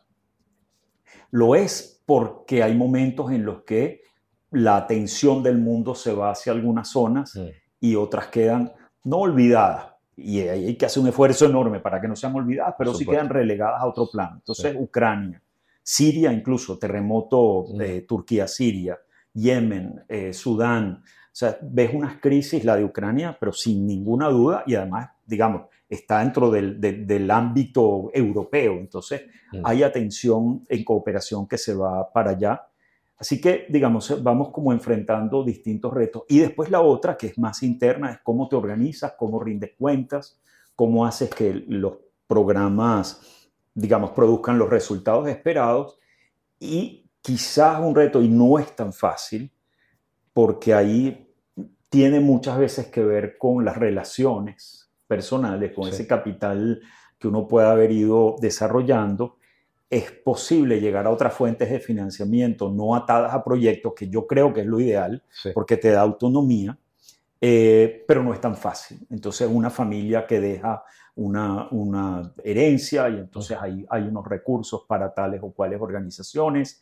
Lo es porque hay momentos en los que la atención del mundo se va hacia algunas zonas y otras quedan no olvidadas. Y hay que hacer un esfuerzo enorme para que no sean olvidadas, pero sí quedan relegadas a otro plano. Entonces, Ucrania, Siria incluso, terremoto Turquía-Siria, Yemen, Sudán. O sea, ves unas crisis, la de Ucrania, pero sin ninguna duda, y además, digamos, está dentro del ámbito europeo. Entonces, hay atención en cooperación que se va para allá. Así que, digamos, vamos como enfrentando distintos retos. Y después la otra, que es más interna, es cómo te organizas, cómo rindes cuentas, cómo haces que los programas, digamos, produzcan los resultados esperados. Y quizás un reto, y no es tan fácil, porque ahí tiene muchas veces que ver con las relaciones personales, con ese capital que uno puede haber ido desarrollando. Es posible llegar a otras fuentes de financiamiento no atadas a proyectos, que yo creo que es lo ideal, porque te da autonomía, pero no es tan fácil. Entonces, una familia que deja una herencia y entonces hay unos recursos para tales o cuales organizaciones,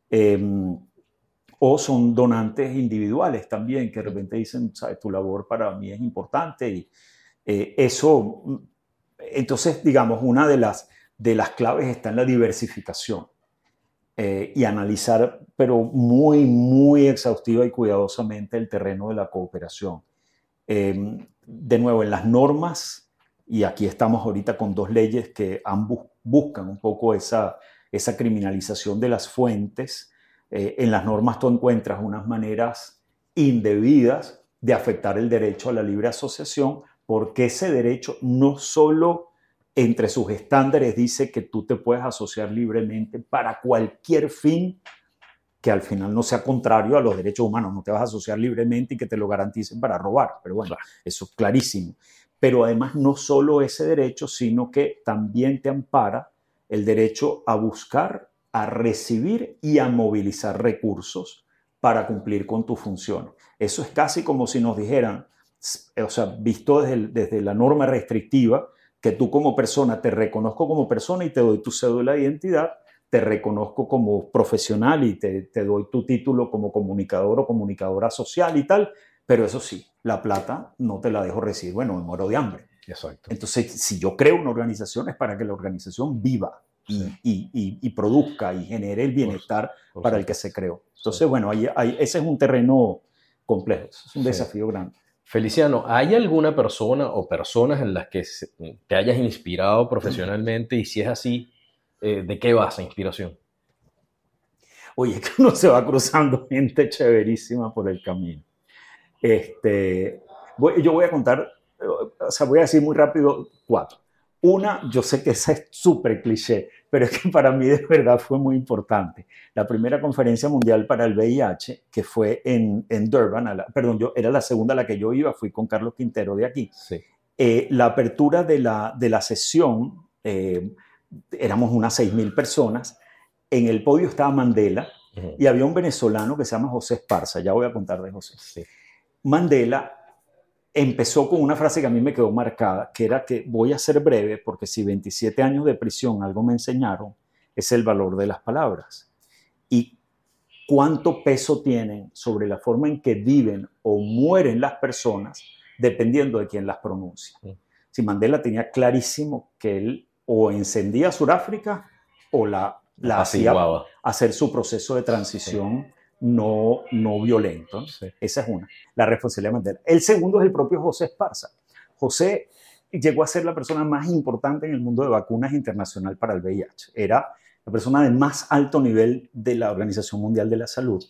o son donantes individuales también, que de repente dicen, ¿sabes? Tu labor para mí es importante. Y eso, entonces, digamos, una de las claves está en la diversificación y analizar, pero muy, muy exhaustiva y cuidadosamente, el terreno de la cooperación. De nuevo, en las normas, y aquí estamos ahorita con 2 leyes que buscan un poco esa criminalización de las fuentes. En las normas tú encuentras unas maneras indebidas de afectar el derecho a la libre asociación, porque ese derecho no solo entre sus estándares dice que tú te puedes asociar libremente para cualquier fin que al final no sea contrario a los derechos humanos. No te vas a asociar libremente y que te lo garanticen para robar. Pero bueno, claro, eso es clarísimo. Pero además no solo ese derecho, sino que también te ampara el derecho a buscar, a recibir y a movilizar recursos para cumplir con tu función. Eso es casi como si nos dijeran, o sea, visto desde la norma restrictiva, que tú como persona, te reconozco como persona y te doy tu cédula de identidad, te reconozco como profesional y te doy tu título como comunicador o comunicadora social y tal, pero eso sí, la plata no te la dejo recibir, bueno, me muero de hambre. Exacto. Entonces, si yo creo una organización es para que la organización viva y produzca y genere el bienestar para el que se creó. Entonces, bueno, ese es un terreno complejo, es un desafío grande. Feliciano, ¿hay alguna persona o personas en las que te hayas inspirado profesionalmente? Y si es así, ¿de qué va esa inspiración? Oye, es que uno se va cruzando gente chéverísima por el camino. Yo voy a contar, o sea, voy a decir muy rápido 4. Una, yo sé que esa es súper cliché, pero es que para mí de verdad fue muy importante. La primera conferencia mundial para el VIH, que fue en Durban, era la segunda a la que yo iba, fui con Carlos Quintero de aquí. Sí. La apertura de la sesión, éramos unas 6.000 personas, en el podio estaba Mandela y había un venezolano que se llama José Esparza, ya voy a contar de José. Sí. Mandela empezó con una frase que a mí me quedó marcada, que era que voy a ser breve porque si 27 años de prisión algo me enseñaron, es el valor de las palabras. Y cuánto peso tienen sobre la forma en que viven o mueren las personas dependiendo de quién las pronuncia. Si Mandela tenía clarísimo que él o encendía Sudáfrica o la hacía hacer su proceso de transición no violento. Sí. Esa es una, la responsabilidad de Mandela. El segundo es el propio José Esparza. José llegó a ser la persona más importante en el mundo de vacunas internacional para el VIH. Era la persona de más alto nivel de la Organización Mundial de la Salud.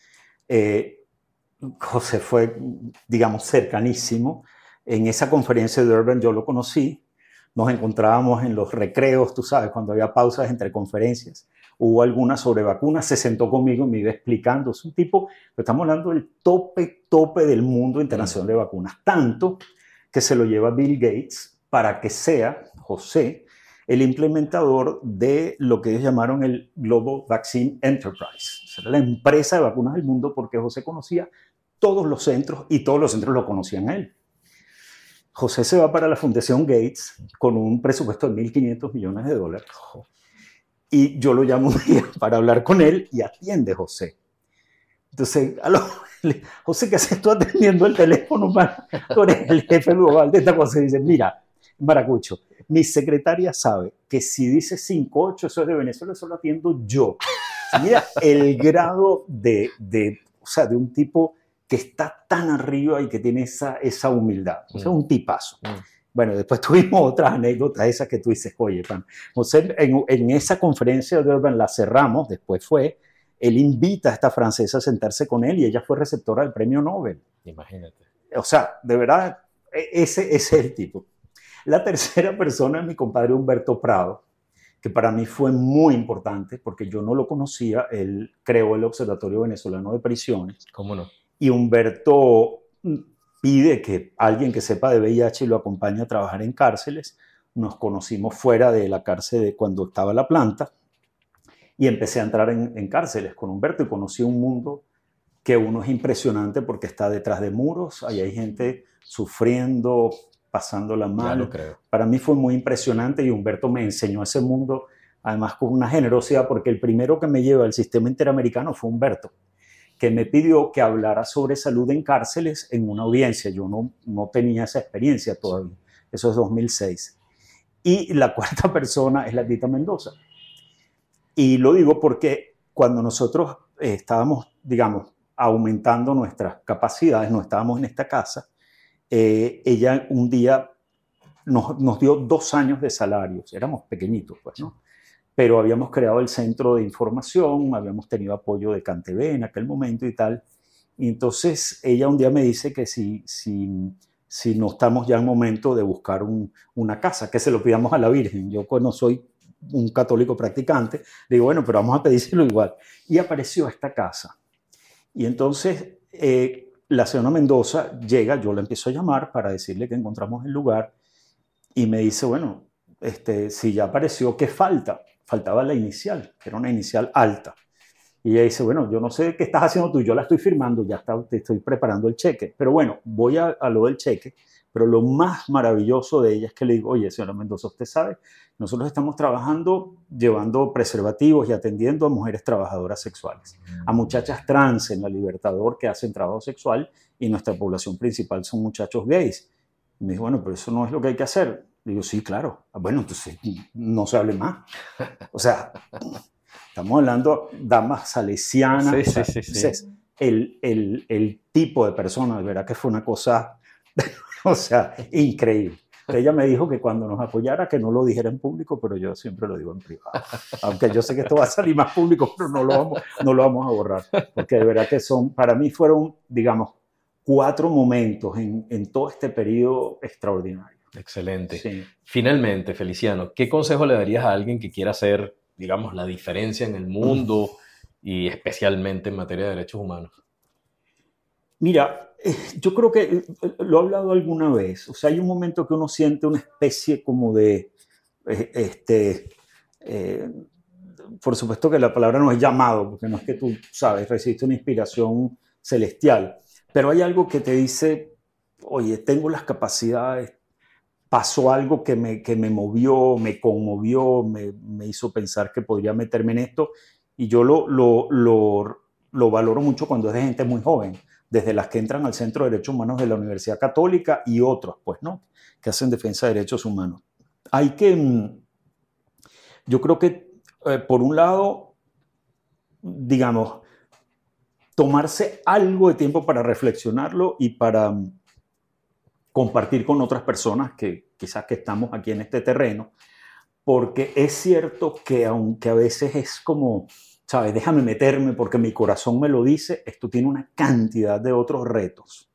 José fue, digamos, cercanísimo. En esa conferencia de Durban yo lo conocí. Nos encontrábamos en los recreos, tú sabes, cuando había pausas entre conferencias. Hubo algunas sobre vacunas, se sentó conmigo y me iba explicando. Es un tipo, estamos hablando del tope del mundo internacional de vacunas. Tanto que se lo lleva Bill Gates para que sea, José, el implementador de lo que ellos llamaron el Global Vaccine Enterprise. Era la empresa de vacunas del mundo porque José conocía todos los centros y todos los centros lo conocían a él. José se va para la Fundación Gates con un presupuesto de $1.500 millones. Y yo lo llamo un día para hablar con él y atiende José. Entonces, José, ¿qué haces tú atendiendo el teléfono? Tú eres el jefe global de esta cosa. Y dice, mira, Maracucho, mi secretaria sabe que si dice 5-8, eso es de Venezuela, eso lo atiendo yo. Mira el grado de un tipo que está tan arriba y que tiene esa humildad. O sea, un tipazo. Bueno, después tuvimos otras anécdotas, esas que tú dices, oye, José, en esa conferencia de Durban la cerramos, después él invita a esta francesa a sentarse con él y ella fue receptora del premio Nobel. Imagínate. O sea, de verdad, ese es el tipo. La tercera persona es mi compadre Humberto Prado, que para mí fue muy importante porque yo no lo conocía. Él creó el Observatorio Venezolano de Prisiones. ¿Cómo no? Y Humberto pide que alguien que sepa de VIH lo acompañe a trabajar en cárceles. Nos conocimos fuera de la cárcel cuando estaba la planta y empecé a entrar en cárceles con Humberto y conocí un mundo que uno es impresionante porque está detrás de muros, ahí hay gente sufriendo, pasándola mal. Ya lo creo. Para mí fue muy impresionante y Humberto me enseñó ese mundo, además con una generosidad, porque el primero que me lleva al sistema interamericano fue Humberto, que me pidió que hablara sobre salud en cárceles en una audiencia. Yo no tenía esa experiencia todavía. Eso es 2006. Y la cuarta persona es la Tita Mendoza. Y lo digo porque cuando nosotros estábamos, digamos, aumentando nuestras capacidades, no estábamos en esta casa, ella un día nos dio 2 años de salarios. Éramos pequeñitos, pues, ¿no? Pero habíamos creado el centro de información, habíamos tenido apoyo de CanTV en aquel momento y tal. Y entonces ella un día me dice que si no estamos ya en momento de buscar una casa, que se lo pidamos a la Virgen. Yo pues no soy un católico practicante, le digo, bueno, pero vamos a pedírselo igual. Y apareció esta casa. Y entonces la señora Mendoza llega, yo la empiezo a llamar para decirle que encontramos el lugar y me dice, bueno, si ya apareció, ¿qué falta? Faltaba la inicial, que era una inicial alta. Y ella dice, bueno, yo no sé qué estás haciendo tú, yo la estoy firmando, ya está, te estoy preparando el cheque. Pero bueno, voy a lo del cheque, pero lo más maravilloso de ella es que le digo, oye, señora Mendoza, usted sabe, nosotros estamos trabajando, llevando preservativos y atendiendo a mujeres trabajadoras sexuales, a muchachas trans en la Libertador que hacen trabajo sexual y nuestra población principal son muchachos gays. Y me dijo, bueno, pero eso no es lo que hay que hacer. Digo, sí, claro. Bueno, entonces no se hable más. O sea, estamos hablando de damas salesianas. Sí, o sea, sí. entonces, el tipo de persona, de verdad que fue una cosa, o sea, increíble. Ella me dijo que cuando nos apoyara, que no lo dijera en público, pero yo siempre lo digo en privado. Aunque yo sé que esto va a salir más público, pero no lo vamos a borrar. Porque de verdad que para mí fueron, digamos, 4 momentos en todo este periodo extraordinario. Excelente. Sí. Finalmente, Feliciano, ¿qué consejo le darías a alguien que quiera hacer, digamos, la diferencia en el mundo y especialmente en materia de derechos humanos? Mira, yo creo que lo he hablado alguna vez. O sea, hay un momento que uno siente una especie como de, por supuesto que la palabra no es llamado, porque no es que tú, sabes, recibiste una inspiración celestial, pero hay algo que te dice, oye, tengo las capacidades, pasó algo que me movió, me conmovió, me hizo pensar que podría meterme en esto, y yo lo valoro mucho cuando es de gente muy joven, desde las que entran al Centro de Derechos Humanos de la Universidad Católica y otros, pues, ¿no?, que hacen defensa de derechos humanos. Yo creo que, por un lado, digamos, tomarse algo de tiempo para reflexionarlo y para compartir con otras personas que quizás que estamos aquí en este terreno, porque es cierto que aunque a veces es como, ¿sabes? Déjame meterme porque mi corazón me lo dice, esto tiene una cantidad de otros retos.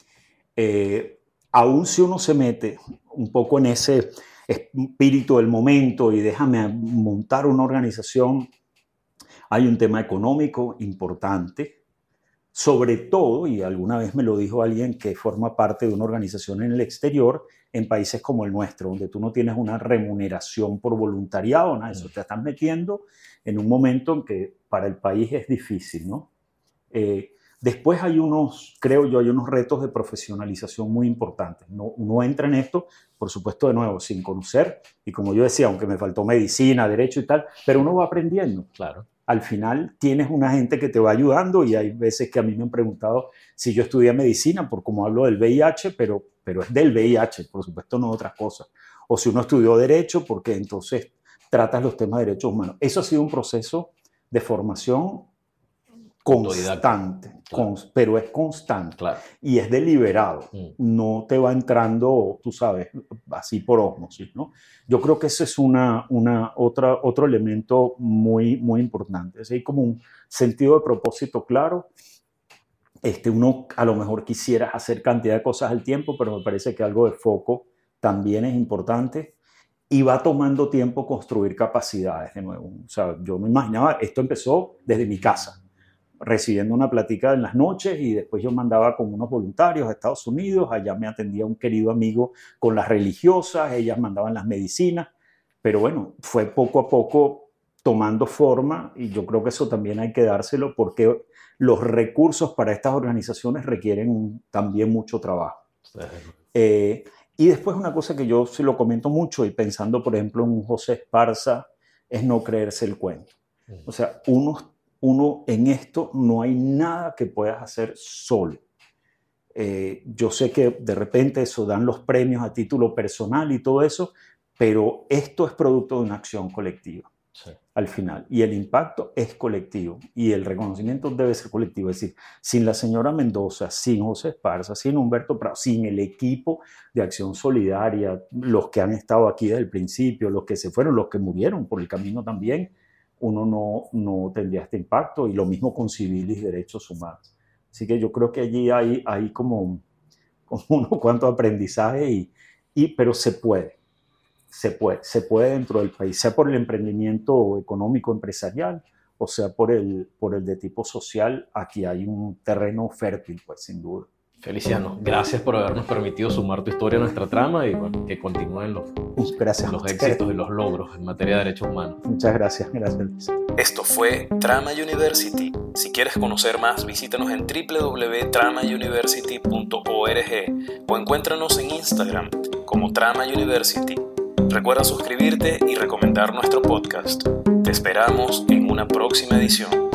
Aún si uno se mete un poco en ese espíritu del momento y déjame montar una organización, hay un tema económico importante. Sobre todo, y alguna vez me lo dijo alguien que forma parte de una organización en el exterior, en países como el nuestro, donde tú no tienes una remuneración por voluntariado, nada de eso, te estás metiendo en un momento en que para el país es difícil, ¿no? Después creo yo, hay unos retos de profesionalización muy importantes. Uno entra en esto, por supuesto, de nuevo, sin conocer, y como yo decía, aunque me faltó medicina, derecho y tal, pero uno va aprendiendo. Claro. Al final tienes una gente que te va ayudando y hay veces que a mí me han preguntado si yo estudié medicina por cómo hablo del VIH, pero es del VIH, por supuesto no de otras cosas. O si uno estudió derecho porque entonces tratas los temas de derechos humanos. Eso ha sido un proceso de formación constante, claro. Pero es constante, claro, y es deliberado. No te va entrando, tú sabes, así por ósmosis, ¿no? Yo creo que ese es otro elemento muy, muy importante. Es decir, hay como un sentido de propósito claro. Uno a lo mejor quisiera hacer cantidad de cosas al tiempo, pero me parece que algo de foco también es importante. Y va tomando tiempo construir capacidades de nuevo. O sea, yo me imaginaba, esto empezó desde mi casa, recibiendo una plática en las noches, y después yo mandaba con unos voluntarios a Estados Unidos, allá me atendía un querido amigo con las religiosas, ellas mandaban las medicinas, pero bueno, fue poco a poco tomando forma, y yo creo que eso también hay que dárselo porque los recursos para estas organizaciones requieren también mucho trabajo. Y después una cosa que yo se lo comento mucho, y pensando por ejemplo en un José Esparza, es no creerse el cuento. O sea, uno en esto no hay nada que puedas hacer solo. Yo sé que de repente eso dan los premios a título personal y todo eso, pero esto es producto de una acción colectiva. Sí. Al final, y el impacto es colectivo y el reconocimiento debe ser colectivo. Es decir, sin la señora Mendoza, sin José Esparza, sin Humberto Prado, sin el equipo de Acción Solidaria, los que han estado aquí desde el principio, los que se fueron, los que murieron por el camino también, uno no tendría este impacto, y lo mismo con Civilis y Derechos Humanos. Así que yo creo que allí hay como unos cuantos aprendizajes, pero se puede dentro del país, sea por el emprendimiento económico empresarial o sea por el de tipo social. Aquí hay un terreno fértil, pues sin duda. Feliciano, gracias por habernos permitido sumar tu historia a nuestra trama y bueno, que continúen los éxitos y los logros en materia de derechos humanos. Muchas gracias, Luis. Esto fue Trama University. Si quieres conocer más, visítanos en www.tramauniversity.org o encuéntranos en Instagram como Trama University. Recuerda suscribirte y recomendar nuestro podcast. Te esperamos en una próxima edición.